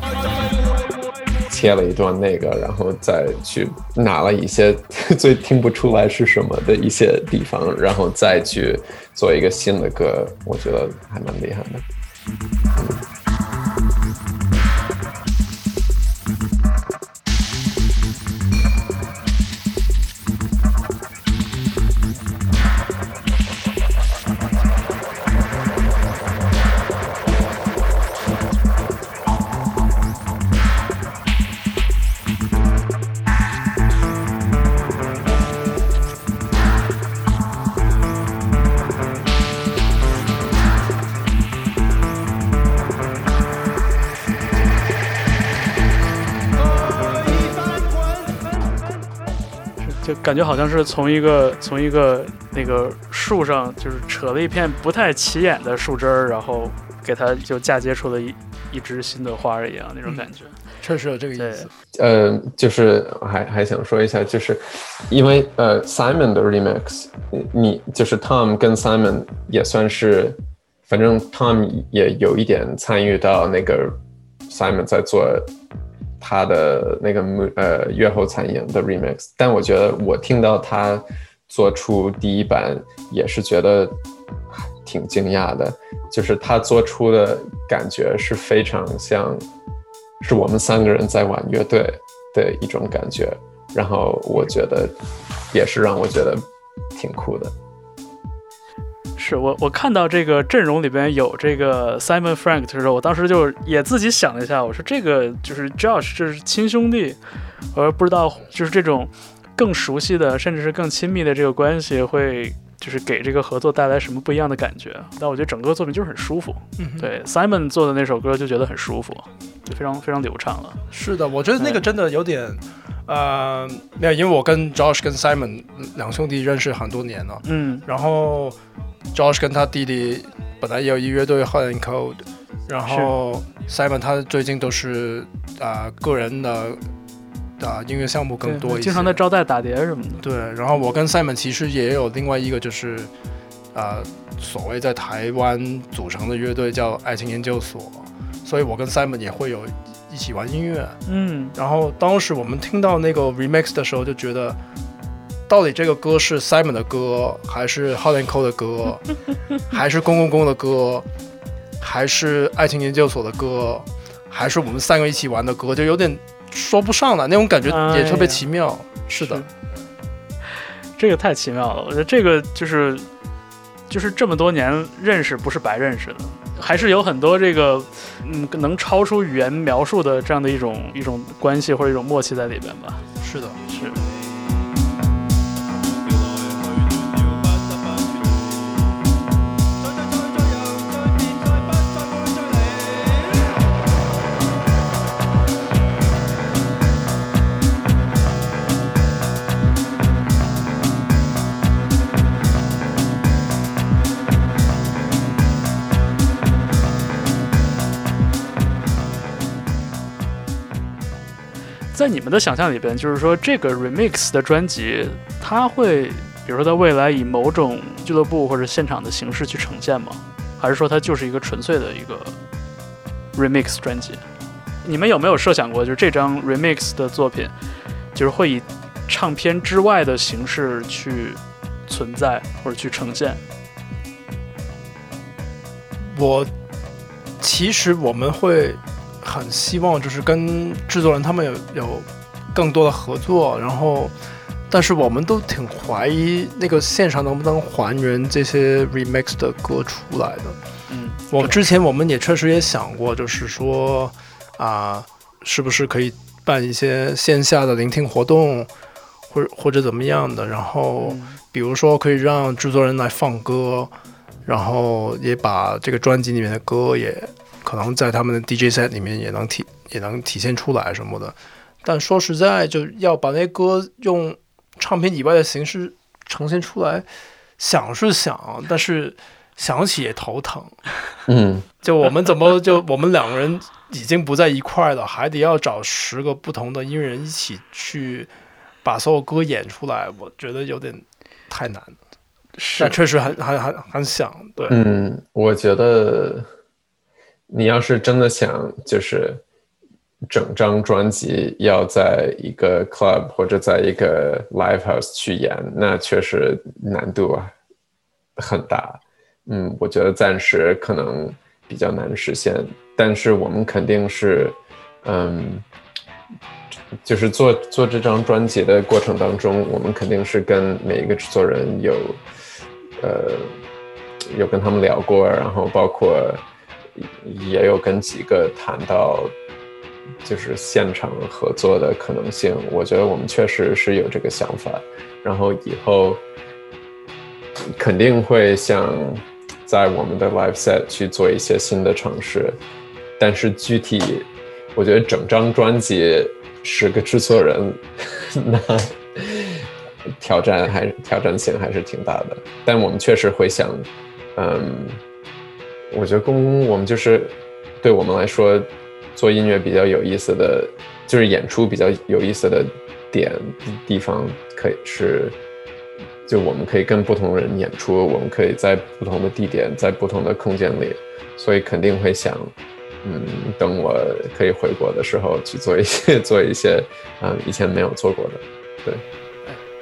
切了一段那个，然后再去拿了一些最听不出来是什么的一些地方，然后再去做一个新的歌，我觉得还蛮厉害的。嗯感觉好像是从一个从一个那个树上就是扯了一片不太起眼的树枝儿，然后给它就嫁接出了一一枝新的花儿一样那种感觉， 嗯、确实有这个意思。 呃，就是还还想说一下，就是因为呃 Simon 的 remix， 你就是 Tom 跟 Simon 也算是，反正 Tom 也有一点参与到那个 Simon 在做。他的那个呃乐后参演的 remix， 但我觉得我听到他做出第一版也是觉得挺惊讶的，就是他做出的感觉是非常像是我们三个人在玩乐队的一种感觉，然后我觉得也是让我觉得挺酷的。 是我我看到这个阵容里边有这个 Simon Frank 的时候，我当时就也自己想了一下，我说这个就是 Josh 这是亲兄弟，而不知道就是这种更熟悉的甚至是更亲密的这个关系会就是给这个合作带来什么不一样的感觉。但我觉得整个作品就是很舒服，嗯、对 Simon 做的那首歌就觉得很舒服，就非常非常流畅了。 是的，我觉得那个真的有点。呃，没有，因为我跟 Josh 跟 Simon 两兄弟认识很多年了，嗯，然后 Josh 跟他弟弟本来也有一乐队 Hot and Cold， 然后 Simon 他最近都是啊、呃、个人的啊、呃、音乐项目更多一些， 经常在招待打碟什么的。 对，然后我跟 Simon 其实也有另外一个就是啊、呃、所谓在台湾组成的乐队叫爱情研究所，所以我跟 Simon 也会有一起玩音乐，嗯，然后当时我们听到那个 remix 的时候，就觉得到底这个歌是 Simon 的歌，还是 Hot and Cold 的歌，还是公公公的歌，还是爱情研究所的歌，还是我们三个一起玩的歌，就有点说不上了，那种感觉也特别奇妙。哎、是的是， 这个太奇妙了，我觉得这个就是就是这么多年认识不是白认识的。还是有很多这个，嗯，能超出语言描述的这样的一种一种关系或者一种默契在里边吧。 是的， 是。在你们的想象里边，就是说这个 remix 的专辑，它会比如说在未来以某种俱乐部或者现场的形式去呈现吗？还是说它就是一个纯粹的一个 remix 专辑？你们有没有设想过，就是这张 remix 的作品，就是会以唱片之外的形式去存在或者去呈现？ 我其实我们会很希望就是跟制作人他们有有更多的合作，然后但是我们都挺怀疑那个现场能不能还原这些 remix 的歌出来的。嗯，我之前我们也确实也想过，就是说啊、呃，是不是可以办一些线下的聆听活动，或者或者怎么样的，然后比如说可以让制作人来放歌，然后也把这个专辑里面的歌也可能在他们的 D J set 里面也能体也能体现出来什么的。但说实在，就要把那歌用唱片以外的形式呈现出来，想是想，但是想起也头疼。 嗯， 就我们怎么就我们两个人已经不在一块了，还得要找十个不同的音乐人一起去把所有歌演出来，我觉得有点太难了。但确实很很很很想。对， 嗯，我觉得你要是真的想就是整张专辑要在一个 club 或者在一个 live house 去演，那确实难度很大。嗯，我觉得暂时可能比较难实现，但是我们肯定是，嗯，就是做做这张专辑的过程当中，我们肯定是跟每一个制作人有，呃，有跟他们聊过，然后包括也有跟几个谈到就是现场合作的可能性。我觉得我们确实是有这个想法，然后以后肯定会像在我们的 live set 去做一些新的尝试，但是具体我觉得整张专辑十个制作人那挑战还挑战性还是挺大的。但我们确实会想，嗯，我觉得公公我们就是对我们来说做音乐比较有意思的，就是演出比较有意思的点地方，可以是就我们可以跟不同人演出，我们可以在不同的地点，在不同的空间里，所以肯定会想，嗯，等我可以回国的时候去做一些做一些，嗯，以前没有做过的，对。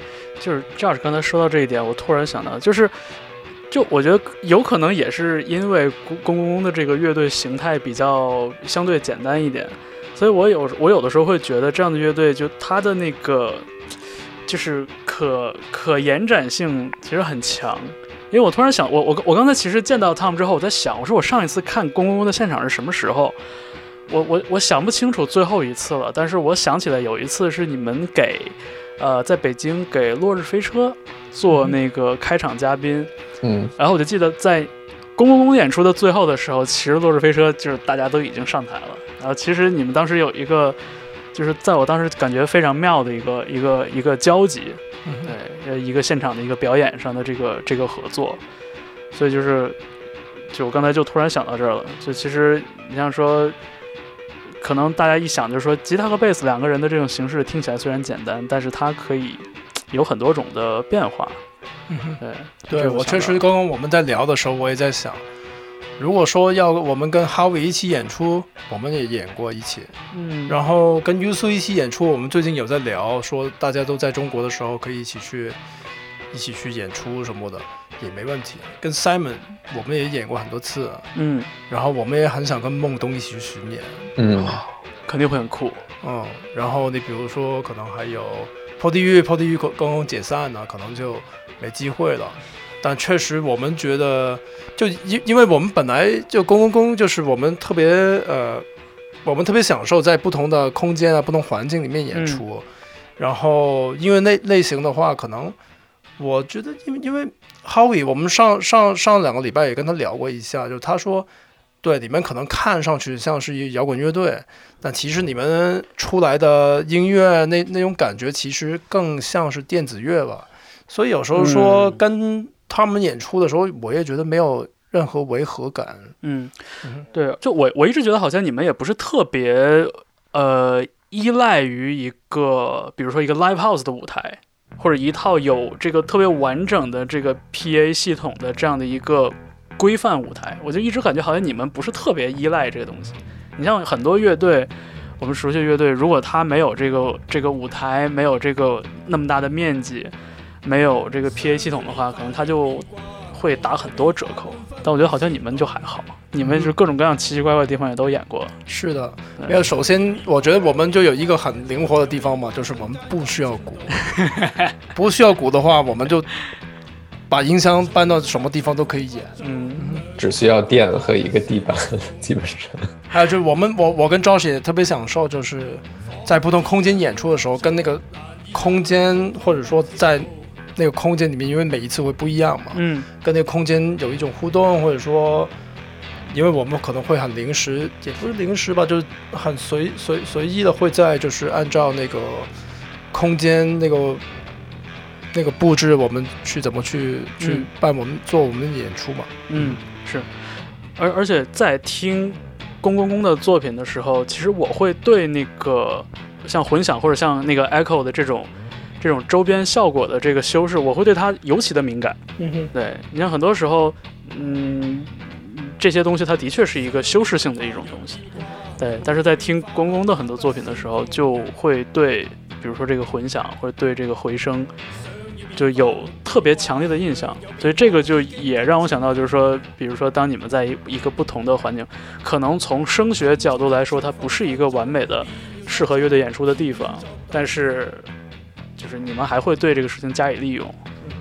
就是 Josh 刚才说到这一点，我突然想到，就是就我觉得有可能也是因为公公公的这个乐队形态比较相对简单一点，所以我有我有的时候会觉得这样的乐队就它的那个就是可可延展性其实很强。因为我突然想，我我我刚才其实见到 Tom 之后，我在想，我说我上一次看公公的现场是什么时候？我我我想不清楚最后一次了，但是我想起来有一次是你们给呃在北京给落日飞车做那个开场嘉宾， 嗯， 然后我就记得在公公公演出的最后的时候，其实落日飞车就是大家都已经上台了，然后其实你们当时有一个就是在我当时感觉非常妙的一个一个一个交集。对，一个现场的一个表演上的这个这个合作，所以就是就我刚才就突然想到这儿了，就其实你像说可能大家一想就是说吉他和贝斯两个人的这种形式听起来虽然简单，但是它可以有很多种的变化。 嗯、 对对，我确实刚刚我们在聊的时候我也在想，如果说要我们跟 Howie 一起演出，我们也演过一起， 嗯， 然后跟 Yusu 一起演出，我们最近有在聊，说大家都在中国的时候可以一起去一起去演出什么的，也没问题。跟 Simon 我们也演过很多次， 嗯， 然后我们也很想跟孟东一起去巡演， 嗯， 肯定会很酷， 嗯，然后你比如说可能还有破地狱，破地狱刚刚解散了，可能就没机会了。但确实我们觉得就因因为我们本来就公公公就是我们特别呃我们特别享受在不同的空间啊不同环境里面演出、嗯、然后因为那类型的话可能我觉得因为因为 Howie 我们上上上两个礼拜也跟他聊过一下，就他说对你们可能看上去像是摇滚乐队，但其实你们出来的音乐那那种感觉其实更像是电子乐吧，所以有时候说跟他们演出的时候我也觉得没有任何违和感。嗯， 对，就我我一直觉得好像你们也不是特别呃依赖于一个比如说一个 live house 的舞台，或者一套有这个特别完整的这个 P A 系统的这样的一个规范舞台，我就一直感觉好像你们不是特别依赖这个东西。你像很多乐队，我们熟悉的乐队，如果它没有这个这个舞台，没有这个那么大的面积，没有这个 P A 系统的话，可能它就会打很多折扣。但我觉得好像你们就还好，你们是各种各样奇奇怪怪的地方也都演过。 是的，因为首先我觉得我们就有一个很灵活的地方嘛，就是我们不需要鼓，不需要鼓的话，我们就把音箱搬到什么地方都可以演。嗯， 只需要电和一个地板，基本上。 还有就是我们我我跟 Josh 也特别享受，就是在不同空间演出的时候，跟那个空间或者说在那个空间里面，因为每一次会不一样嘛，嗯，跟那个空间有一种互动，或者说，因为我们可能会很临时，也不是临时吧，就是很随随随意的会在就是按照那个空间那个那个布置，我们去怎么去、嗯、去办我们做我们的演出嘛， 嗯，是，而而且在听公公公的作品的时候，其实我会对那个像混响或者像那个 echo 的这种。这种周边效果的这个修饰，我会对它尤其的敏感。嗯哼，对，你像很多时候，嗯，这些东西它的确是一个修饰性的一种东西。对，但是在听公公的很多作品的时候，就会对，比如说这个混响或者对这个回声，就有特别强烈的印象。所以这个就也让我想到，就是说，比如说当你们在一个不同的环境，可能从声学角度来说，它不是一个完美的适合乐队演出的地方，但是。就是你们还会对这个事情加以利用。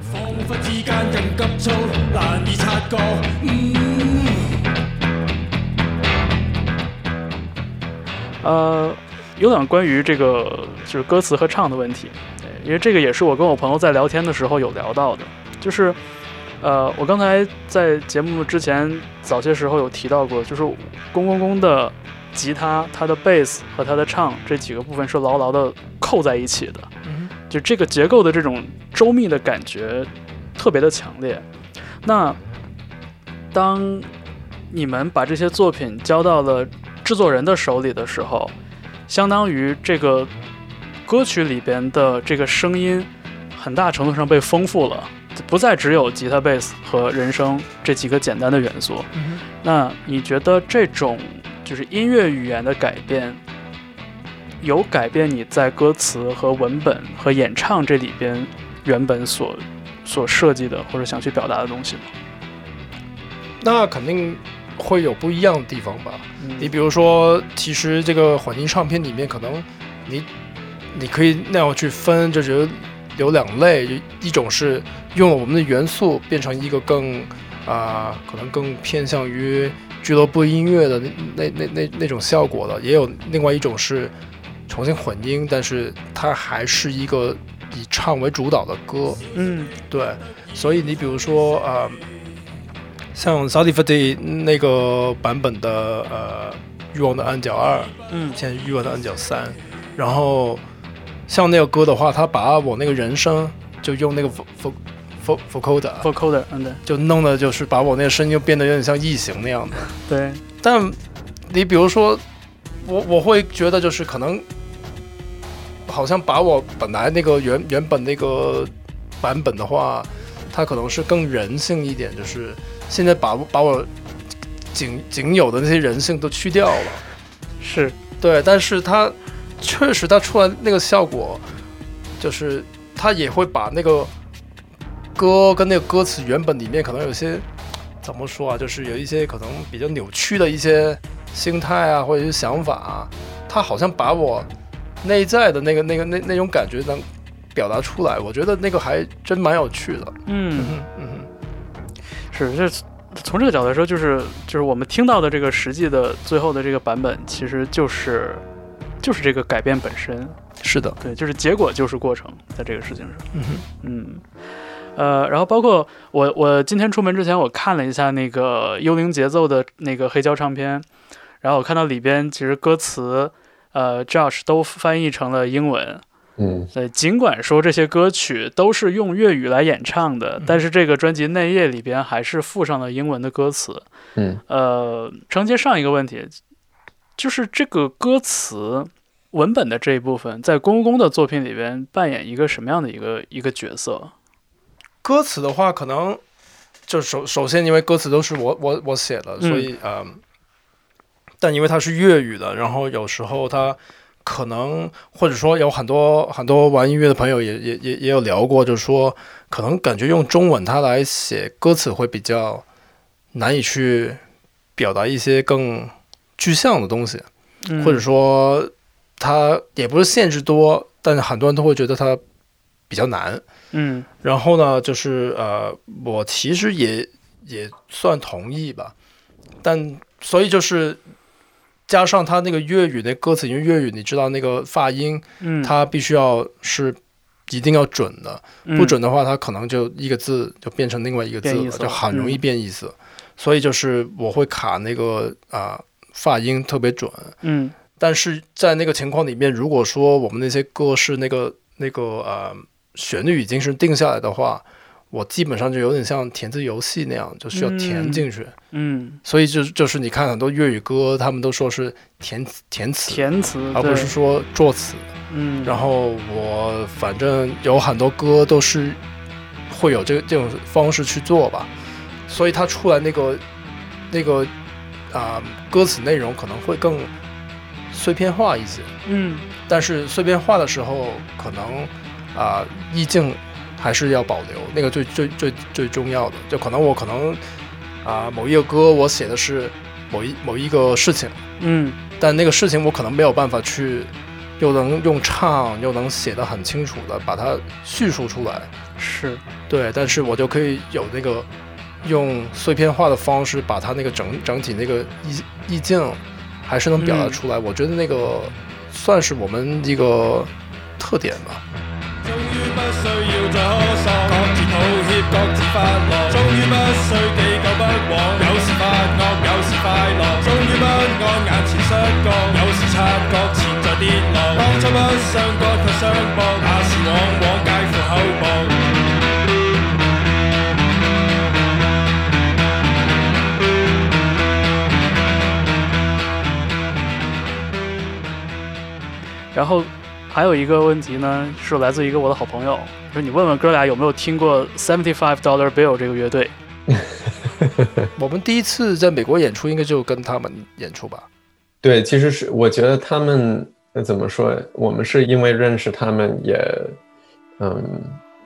呃，有点关于这个就是歌词和唱的问题，因为这个也是我跟我朋友在聊天的时候有聊到的，就是呃，我刚才在节目之前早些时候有提到过，就是公公公的吉他、他的贝斯和他的唱这几个部分是牢牢的扣在一起的。就这个结构的这种周密的感觉特别的强烈。那当你们把这些作品交到了制作人的手里的时候，相当于这个歌曲里边的这个声音很大程度上被丰富了，不再只有吉他、贝斯和人声这几个简单的元素。嗯、那你觉得这种就是音乐语言的改变有改变你在歌词和文本和演唱这里边原本所所设计的或者想去表达的东西吗？ 那肯定会有不一样的地方吧。嗯、你比如说，其实这个混音唱片里面，可能你你可以那样去分，就是有两类，一种是用了我们的元素变成一个更啊、呃，可能更偏向于俱乐部音乐的那那那那那种效果的，也有另外一种是重新混音，但是它还是一个以唱为主导的歌。 嗯， 对，所以你比如说啊。呃像 Sadi Fatty 那个版本的呃欲望的暗角二， 嗯， 现在欲望的暗角三，然后像那个歌的话，他把我那个人声就用那个 vocoder vocoder， 嗯对， 就弄的就是把我那个声音就变得有点像异形那样的。 对， 但你比如说，我我会觉得就是可能好像把我本来那个原原本那个版本的话，它可能是更人性一点，就是。现在把把我仅仅有的那些人性都去掉了， 是对，但是它确实它出来那个效果，就是它也会把那个歌跟那个歌词原本里面可能有些怎么说啊，就是有一些可能比较扭曲的一些心态啊，或者是想法啊，它好像把我内在的那个那个那那种感觉能表达出来，我觉得那个还真蛮有趣的。 嗯嗯嗯。 是，这从这个角度来说，就是就是我们听到的这个实际的最后的这个版本，其实就是就是这个改变本身。 是的， 对，就是结果就是过程，在这个事情上。 嗯嗯，呃，然后包括我我今天出门之前，我看了一下那个幽灵节奏的那个黑胶唱片，然后我看到里边其实歌词，呃 ，Josh 都翻译成了英文。 嗯， 对，尽管说这些歌曲都是用粤语来演唱的，嗯、但是这个专辑内页里边还是附上了英文的歌词。 嗯， 呃，承接上一个问题，就是这个歌词文本的这一部分，在公公的作品里边扮演一个什么样的一个一个角色？ 歌词的话，可能就首首先因为歌词都是我我我写的，所以呃、嗯，但因为它是粤语的，然后有时候它。可能或者说有很多很多玩音乐的朋友也也也也有聊过，就是说可能感觉用中文它来写歌词会比较难以去表达一些更具象的东西， 嗯、 或者说它也不是限制多，但是很多人都会觉得它比较难。 嗯， 然后呢，就是呃，我其实也也算同意吧，但所以就是。加上他那个粤语那歌词，因为粤语你知道那个发音， 嗯， 它必须要是一定要准的， 嗯、 不准的话，它可能就一个字就变成另外一个字了，就很容易变意思。嗯、所以就是我会卡那个啊、呃、发音特别准， 嗯， 但是在那个情况里面，如果说我们那些歌是那个那个呃旋律已经是定下来的话。我基本上就有点像填字游戏那样，就需要填进去。 嗯，嗯所以就就是你看很多粤语歌，他们都说是填填词， 填词， 而不是说作词。 嗯， 然后我反正有很多歌都是会有这个这种方式去做吧，所以它出来那个那个啊、呃、歌词内容可能会更碎片化一些。 嗯， 但是碎片化的时候，可能啊、呃、意境。还是要保留那个最最最最重要的，就可能我可能啊、呃、某一个歌我写的是某一某一个事情， 嗯， 但那个事情我可能没有办法去又能用唱又能写得很清楚的把它叙述出来， 是对，但是我就可以有那个用碎片化的方式把它那个整整体那个意意境还是能表达出来、嗯、我觉得那个算是我们一个特点吧。 終於不需要再苛索，各自抱歉，各自發落。終於不需記舊不往，有時發惡，有時快樂。終於不按眼前摔角，有時察覺前在跌落。當初不相割卻相搏，那時往往介乎厚薄。 然后。还有一个问题呢，是来自一个我的好朋友，就是你问问哥俩有没有听过 seventy-five dollar bill 这个乐队。 我们第一次在美国演出应该就跟他们演出吧。 对，其实是我觉得他们怎么说，我们是因为认识他们也嗯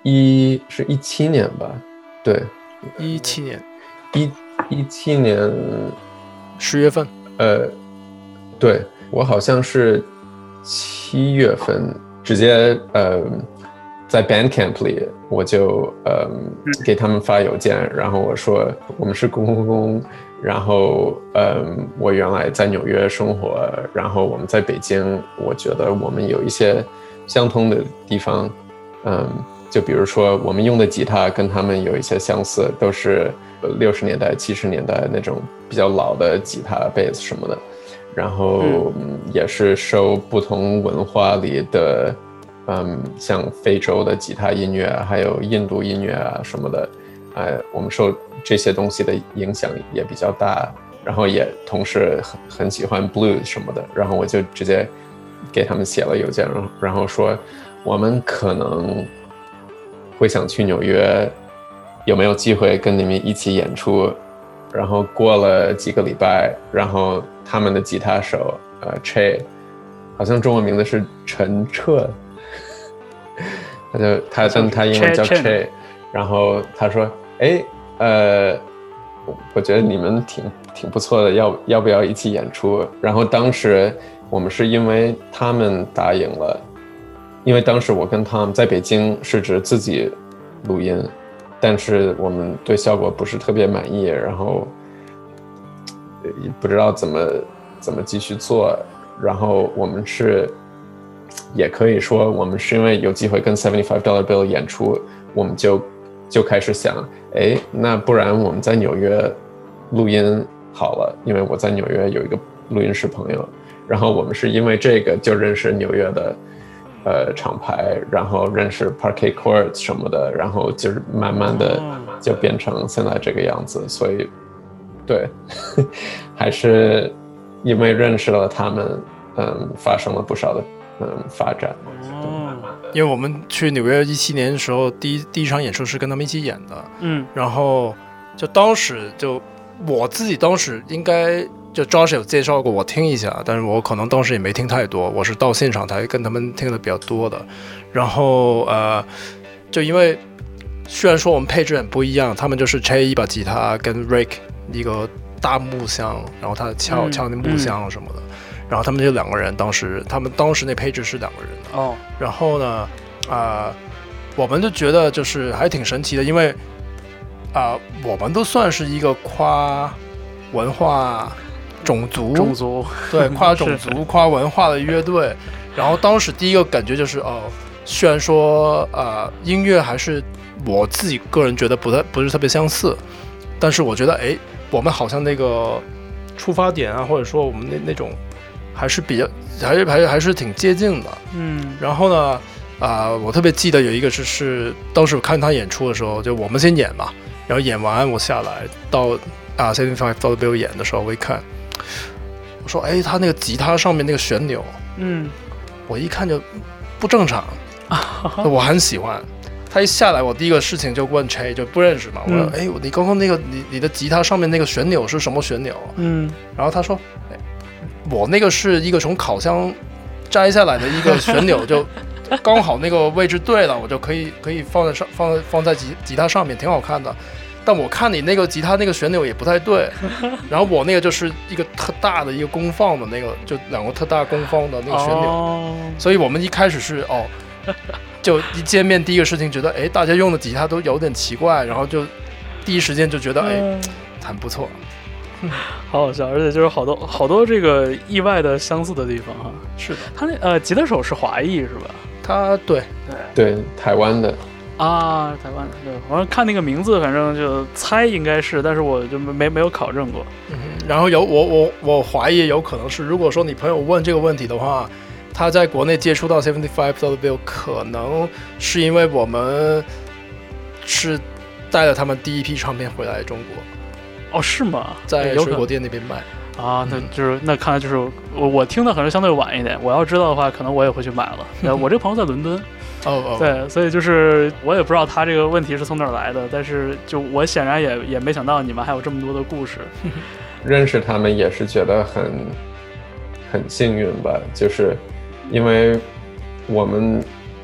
一是一七年吧？对， 一七年， 一一七年十月份。 呃，对，我好像是七月份直接呃在 Bandcamp 里，我就呃给他们发邮件，然后我说我们是公公公，然后呃我原来在纽约生活，然后我们在北京，我觉得我们有一些相通的地方，嗯，就比如说我们用的吉他跟他们有一些相似，都是六十年代、七十年代那种比较老的吉他、贝斯什么的，然后也是受不同文化里的，嗯，像非洲的吉他音乐，还有印度音乐啊什么的，呃，我们受这些东西的影响也比较大，然后也同时很很喜欢 blues 什么的，然后我就直接给他们写了邮件，然后说我们可能会想去纽约，有没有机会跟你们一起演出？然后过了几个礼拜，然后他们的吉他手呃 Che， 好像中文名字是陈彻，他就他但他英文叫 Che， 然后他说，哎，呃，我觉得你们挺挺不错的，要要不要一起演出？然后当时我们是因为他们答应了，因为当时我跟他们在北京是指自己录音。但是我们对效果不是特别满意，然后不知道怎么怎么继续做，然后我们是也可以说我们是因为有机会跟 seventy-five dollar bill 演出，我们就就开始想，哎，那不然我们在纽约录音好了，因为我在纽约有一个录音室朋友，然后我们是因为这个就认识纽约的呃，厂牌，然后认识 Parquet Courts 什么的，然后就是慢慢的就变成现在这个样子，所以，对，还是因为认识了他们，嗯，发生了不少的嗯发展。 哦，因为我们去纽约一七年的时候，第一第一场演出是跟他们一起演的，嗯，然后就当时就我自己当时应该。就 Josh 有介绍过我听一下，但是我可能当时也没听太多，我是到现场才跟他们听的比较多的。然后呃，就因为虽然说我们配置很不一样，他们就是 Che 一把吉他跟 Rick 一个大木箱，然后他敲、嗯、敲那木箱什么的、嗯，然后他们就两个人，当时他们当时那配置是两个人的。哦。然后呢，啊、呃，我们就觉得就是还挺神奇的，因为啊、呃，我们都算是一个跨文化。种族， 种族， 对，跨种族、跨文化的乐队。然后当时第一个感觉就是，哦，虽然说，呃，音乐还是我自己个人觉得不太不是特别相似，但是我觉得，哎，我们好像那个出发点啊，或者说我们那那种，还是比较，还是还是还是挺接近的。嗯。然后呢，啊、呃，我特别记得有一个是是当时看他演出的时候，就我们先演嘛，然后演完我下来到啊 seventy-five dollar bill 演的时候，我一看。我说：“哎，他那个吉他上面那个旋钮，嗯，我一看就不正常，我很喜欢。他一下来，我第一个事情就问 Che， 就不认识嘛。我说：哎，你刚刚那个你你的吉他上面那个旋钮是什么旋钮？嗯，然后他说：哎，我那个是一个从烤箱摘下来的一个旋钮，就刚好那个位置对了，我就可以可以放在上放在放在吉吉他上面，挺好看的。”但我看你那个吉他那个旋钮也不太对，然后我那个就是一个特大的一个功放的那个，就两个特大功放的那个旋钮，哦、所以我们一开始是哦，就一见面第一个事情觉得，哎，大家用的吉他都有点奇怪，然后就第一时间就觉得，哎，很不错， 好好笑，而且就是好多好多这个意外的相似的地方哈。 是的， 他那呃吉他手是华裔是吧？ 他对对对台湾的。 啊，台湾的，对，我看那个名字，反正就猜应该是，但是我就没没有考证过。 嗯，然后有我我我怀疑有可能是，如果说你朋友问这个问题的话，他在国内接触到 seventy-five dollar bill， 可能是因为我们是带了他们第一批唱片回来中国。 哦，是吗？ 在水果店那边卖。 啊，那就是、嗯、那看来就是我我听的可能相对晚一点，我要知道的话，可能我也会去买了。嗯、我这个朋友在伦敦。 哦哦， 对，所以就是我也不知道他这个问题是从哪儿来的，但是就我显然也也没想到你们还有这么多的故事。 认识他们也是觉得很很幸运吧，就是因为我们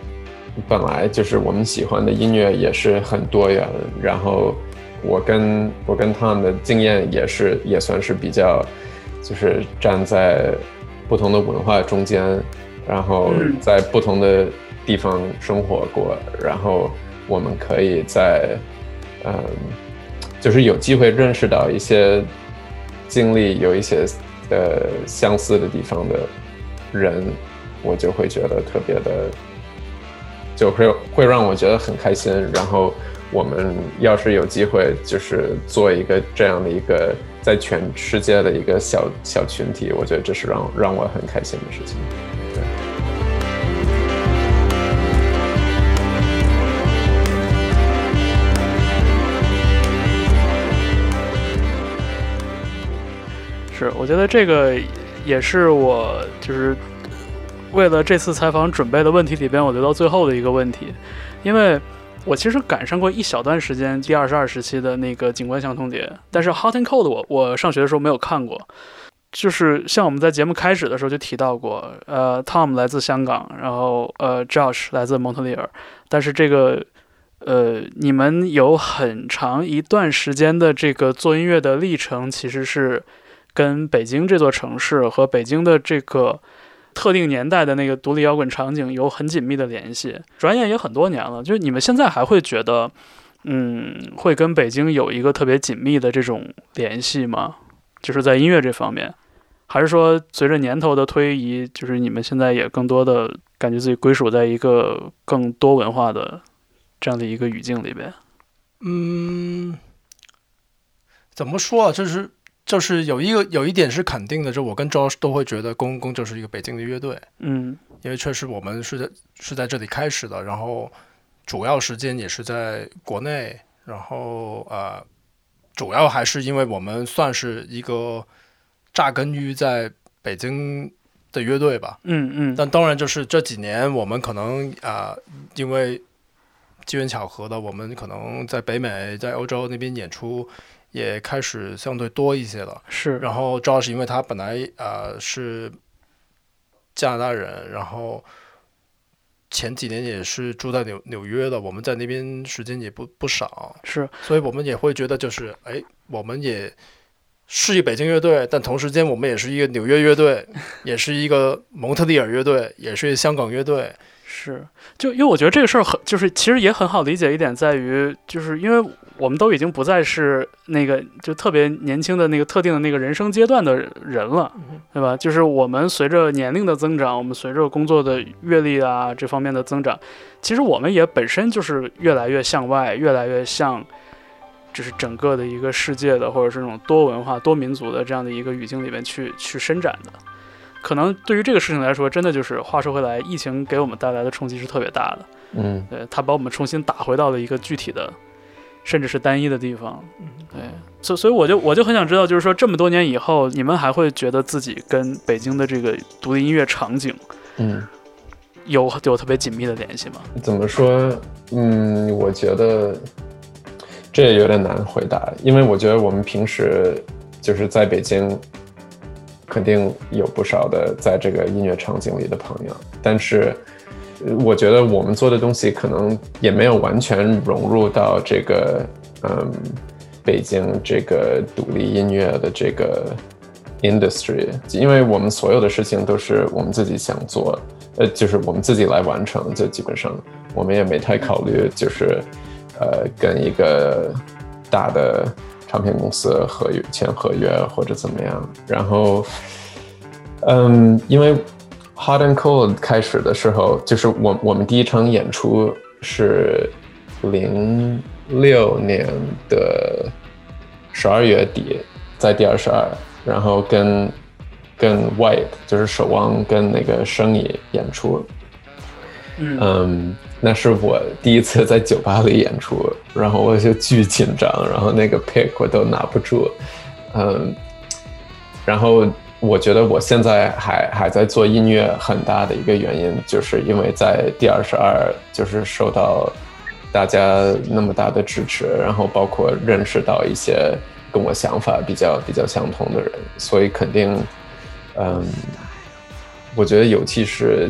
本来就是我们喜欢的音乐也是很多元，然后我跟我跟他们的经验也是也算是比较，就是站在不同的文化中间，然后在不同的地方生活过，然后我们可以在嗯，就是有机会认识到一些经历有一些呃相似的地方的人，我就会觉得特别的，就会会让我觉得很开心。然后我们要是有机会，就是做一个这样的一个在全世界的一个小小群体，我觉得这是让让我很开心的事情。对。 是，我觉得这个也是我就是为了这次采访准备的问题里边，我留到最后的一个问题，因为我其实赶上过一小段时间第二十二时期的那个景观相通碟，但是 Hot and Cold 我我上学的时候没有看过。就是像我们在节目开始的时候就提到过，呃 ，Tom 来自香港，然后呃 ，Josh 来自蒙特利尔，但是这个呃，你们有很长一段时间的这个做音乐的历程，其实是跟北京这座城市和北京的这个特定年代的那个独立摇滚场景有很紧密的联系。转眼也很多年了，就是你们现在还会觉得，嗯，会跟北京有一个特别紧密的这种联系吗？就是在音乐这方面，还是说随着年头的推移，就是你们现在也更多的感觉自己归属在一个更多文化的这样的一个语境里边？ 嗯，怎么说啊？就是就是有一个有一点是肯定的，就我跟 Josh 都会觉得公公就是一个北京的乐队， 嗯， 因为确实我们是在是在这里开始的，然后主要时间也是在国内，然后呃，主要还是因为我们算是一个扎根于在北京的乐队吧， 嗯嗯， 但当然就是这几年我们可能啊、呃，因为机缘巧合的，我们可能在北美、在欧洲那边演出也开始相对多一些了。 是。 然后 Josh 因为他本来呃是加拿大人，然后前几年也是住在纽纽约的，我们在那边时间也不不少。 是。 所以我们也会觉得就是哎，我们也是一北京乐队，但同时间我们也是一个纽约乐队，也是一个蒙特利尔乐队，也是香港乐队。 是，就因为我觉得这个事儿很，就是其实也很好理解一点在于，就是因为我们都已经不再是那个就特别年轻的那个特定的那个人生阶段的人了，对吧？就是我们随着年龄的增长，我们随着工作的阅历啊这方面的增长，其实我们也本身就是越来越向外，越来越向就是整个的一个世界的或者是这种多文化多民族的这样的一个语境里面去去伸展的。可能对于这个事情来说，真的就是话说回来，疫情给我们带来的冲击是特别大的。 嗯， 对，它把我们重新打回到了一个具体的，甚至是单一的地方。对，所所以我就我就很想知道，就是说这么多年以后，你们还会觉得自己跟北京的这个独立音乐场景， 嗯， 有有特别紧密的联系吗？ 怎么说？嗯，我觉得这也有点难回答，因为我觉得我们平时就是在北京。肯定有不少的在这个音乐场景里的朋友，但是我觉得我们做的东西可能也没有完全融入到这个嗯北京这个独立音乐的这个 industry， 因为我们所有的事情都是我们自己想做，呃，就是我们自己来完成，就基本上我们也没太考虑就是呃跟一个大的唱片公司合约签合约或者怎么样，然后，嗯，因为 Hot and Cold 开始的时候，就是我我们第一场演出是零六年的十二月底，在第二十二，然后跟跟 White 就是守望跟那个生意演出， 嗯。 嗯那是我第一次在酒吧里演出，然后我就巨紧张，然后那个 pick 我都拿不住，嗯，然后我觉得我现在还还在做音乐，很大的一个原因就是因为在第二十二就是受到大家那么大的支持，然后包括认识到一些跟我想法比较比较相同的人，所以肯定，嗯，我觉得尤其是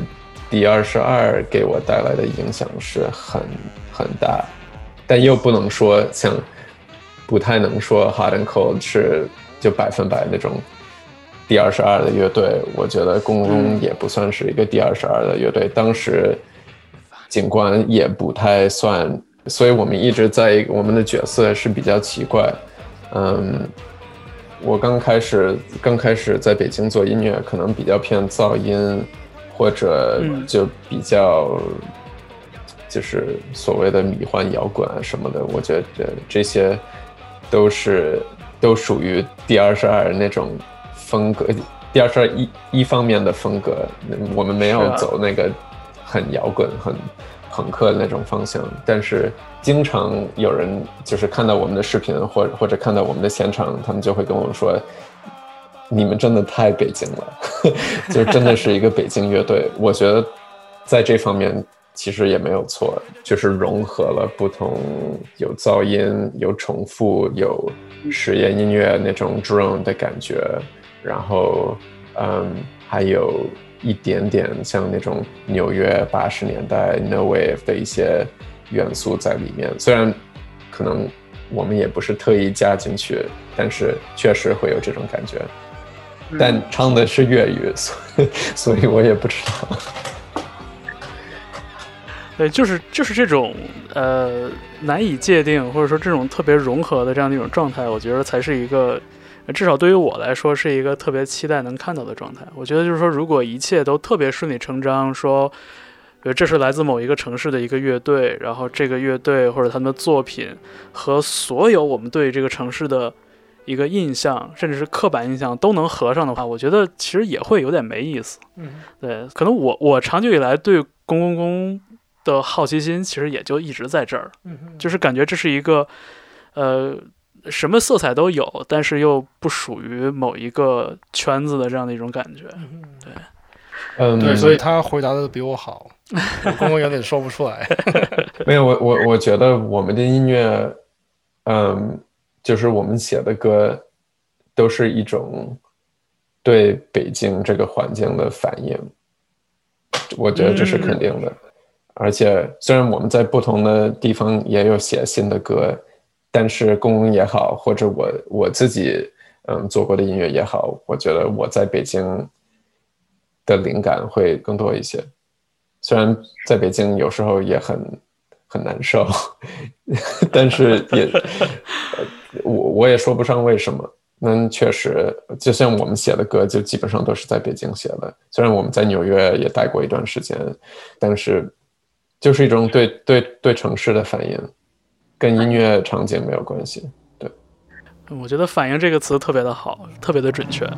D 二十二给我带来的影响是很很大，但又不能说像不太能说 Hot and Cold 是就百分百那种 D 二十二的乐队。我觉得公公也不算是一个 D 二十二的乐队，当时警官也不太算，所以我们一直在我们的角色是比较奇怪。嗯，我刚开始刚开始在北京做音乐，可能比较偏噪音，或者就比较就是所谓的迷幻摇滚啊什么的。我觉得这些都是都属于 D 二十二那种风格， D 二十二 一一方面的风格，我们没有走那个很摇滚、很朋克的那种方向，但是经常有人就是看到我们的视频或者或者看到我们的现场，他们就会跟我说，你们真的太北京了，就真的是一个北京乐队。我觉得在这方面其实也没有错，就是融合了不同，有噪音，有重复，有实验音乐那种 drone 的感觉，然后嗯还有一点点像那种纽约八十年代 No Wave 的一些元素在里面，虽然可能我们也不是特意加进去，但是确实会有这种感觉。但唱的是粤语，所以所以我也不知道。 对，就是就是这种呃难以界定，或者说这种特别融合的这样的一种状态，我觉得才是一个，至少对于我来说是一个特别期待能看到的状态。我觉得就是说，如果一切都特别顺理成章，说，比如这是来自某一个城市的一个乐队，然后这个乐队或者他们的作品和所有我们对这个城市的一个印象，甚至是刻板印象都能合上的话，我觉得其实也会有点没意思。 嗯， 对，可能我我长久以来对公公公的好奇心其实也就一直在这儿， 嗯， 就是感觉这是一个呃什么色彩都有，但是又不属于某一个圈子的这样的一种感觉。对， 嗯，对，所以他回答的比我好，我公公有点说不出来。 没有，我我我觉得我们的音乐，嗯，就是我们写的歌，都是一种对北京这个环境的反应，我觉得这是肯定的。嗯，而且虽然我们在不同的地方也有写新的歌，但是公公也好，或者我我自己嗯做过的音乐也好，我觉得我在北京的灵感会更多一些。虽然在北京有时候也很很难受，但是也我我也说不上为什么。那确实，就像我们写的歌，就基本上都是在北京写的。虽然我们在纽约也待过一段时间，但是就是一种对对对城市的反应，跟音乐场景没有关系。对， 我觉得反应这个词特别的好，特别的准确。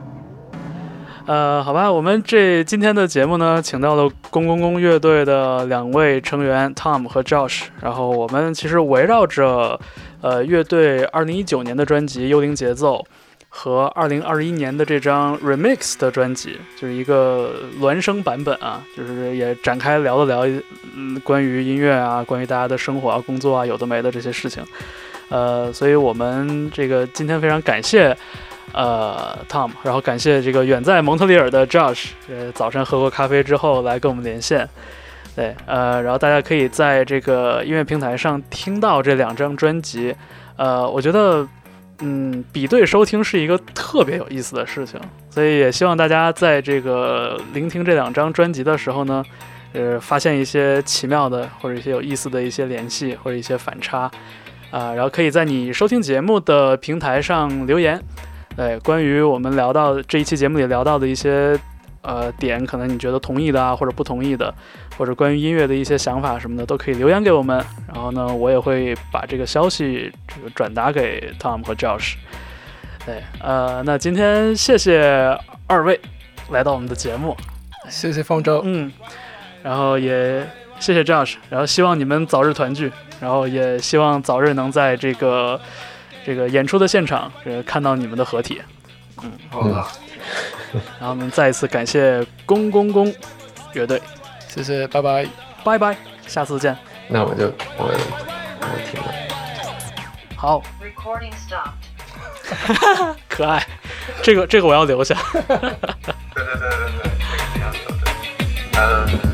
呃，好吧，我们这今天的节目呢，请到了公公公乐队的两位成员 Tom 和 Josh， 然后我们其实围绕着呃乐队二零一九年的专辑《幽灵节奏》和二零二一年的这张 Remix 的专辑，就是一个孪生版本啊，就是也展开聊了聊，嗯，关于音乐啊，关于大家的生活啊、工作啊，有的没的这些事情。呃，所以我们这个今天非常感谢。呃 Tom， 然后感谢这个远在蒙特利尔的 Josh， 呃，早晨喝过咖啡之后来跟我们连线。对，呃，然后大家可以在这个音乐平台上听到这两张专辑。呃，我觉得，嗯，比对收听是一个特别有意思的事情，所以也希望大家在这个聆听这两张专辑的时候呢，呃，发现一些奇妙的或者一些有意思的一些联系或者一些反差，啊、呃，然后可以在你收听节目的平台上留言。对，关于我们聊到这一期节目里聊到的一些呃点，可能你觉得同意的啊，或者不同意的，或者关于音乐的一些想法什么的，都可以留言给我们。然后呢，我也会把这个消息这个转达给 Tom 和 Josh。对，呃，那今天谢谢二位来到我们的节目， 谢谢方舟， 嗯，然后也谢谢 Josh， 然后希望你们早日团聚，然后也希望早日能在这个。这个演出的现场，呃，看到你们的合体，嗯， 好的。 然后我们再一次感谢公公公乐队， 谢谢，拜拜， 拜拜，下次见。 那我就我我停了。 好。Recording stopped 可爱，这个这个我要留下。 对对对对对，这个挺好的。 嗯。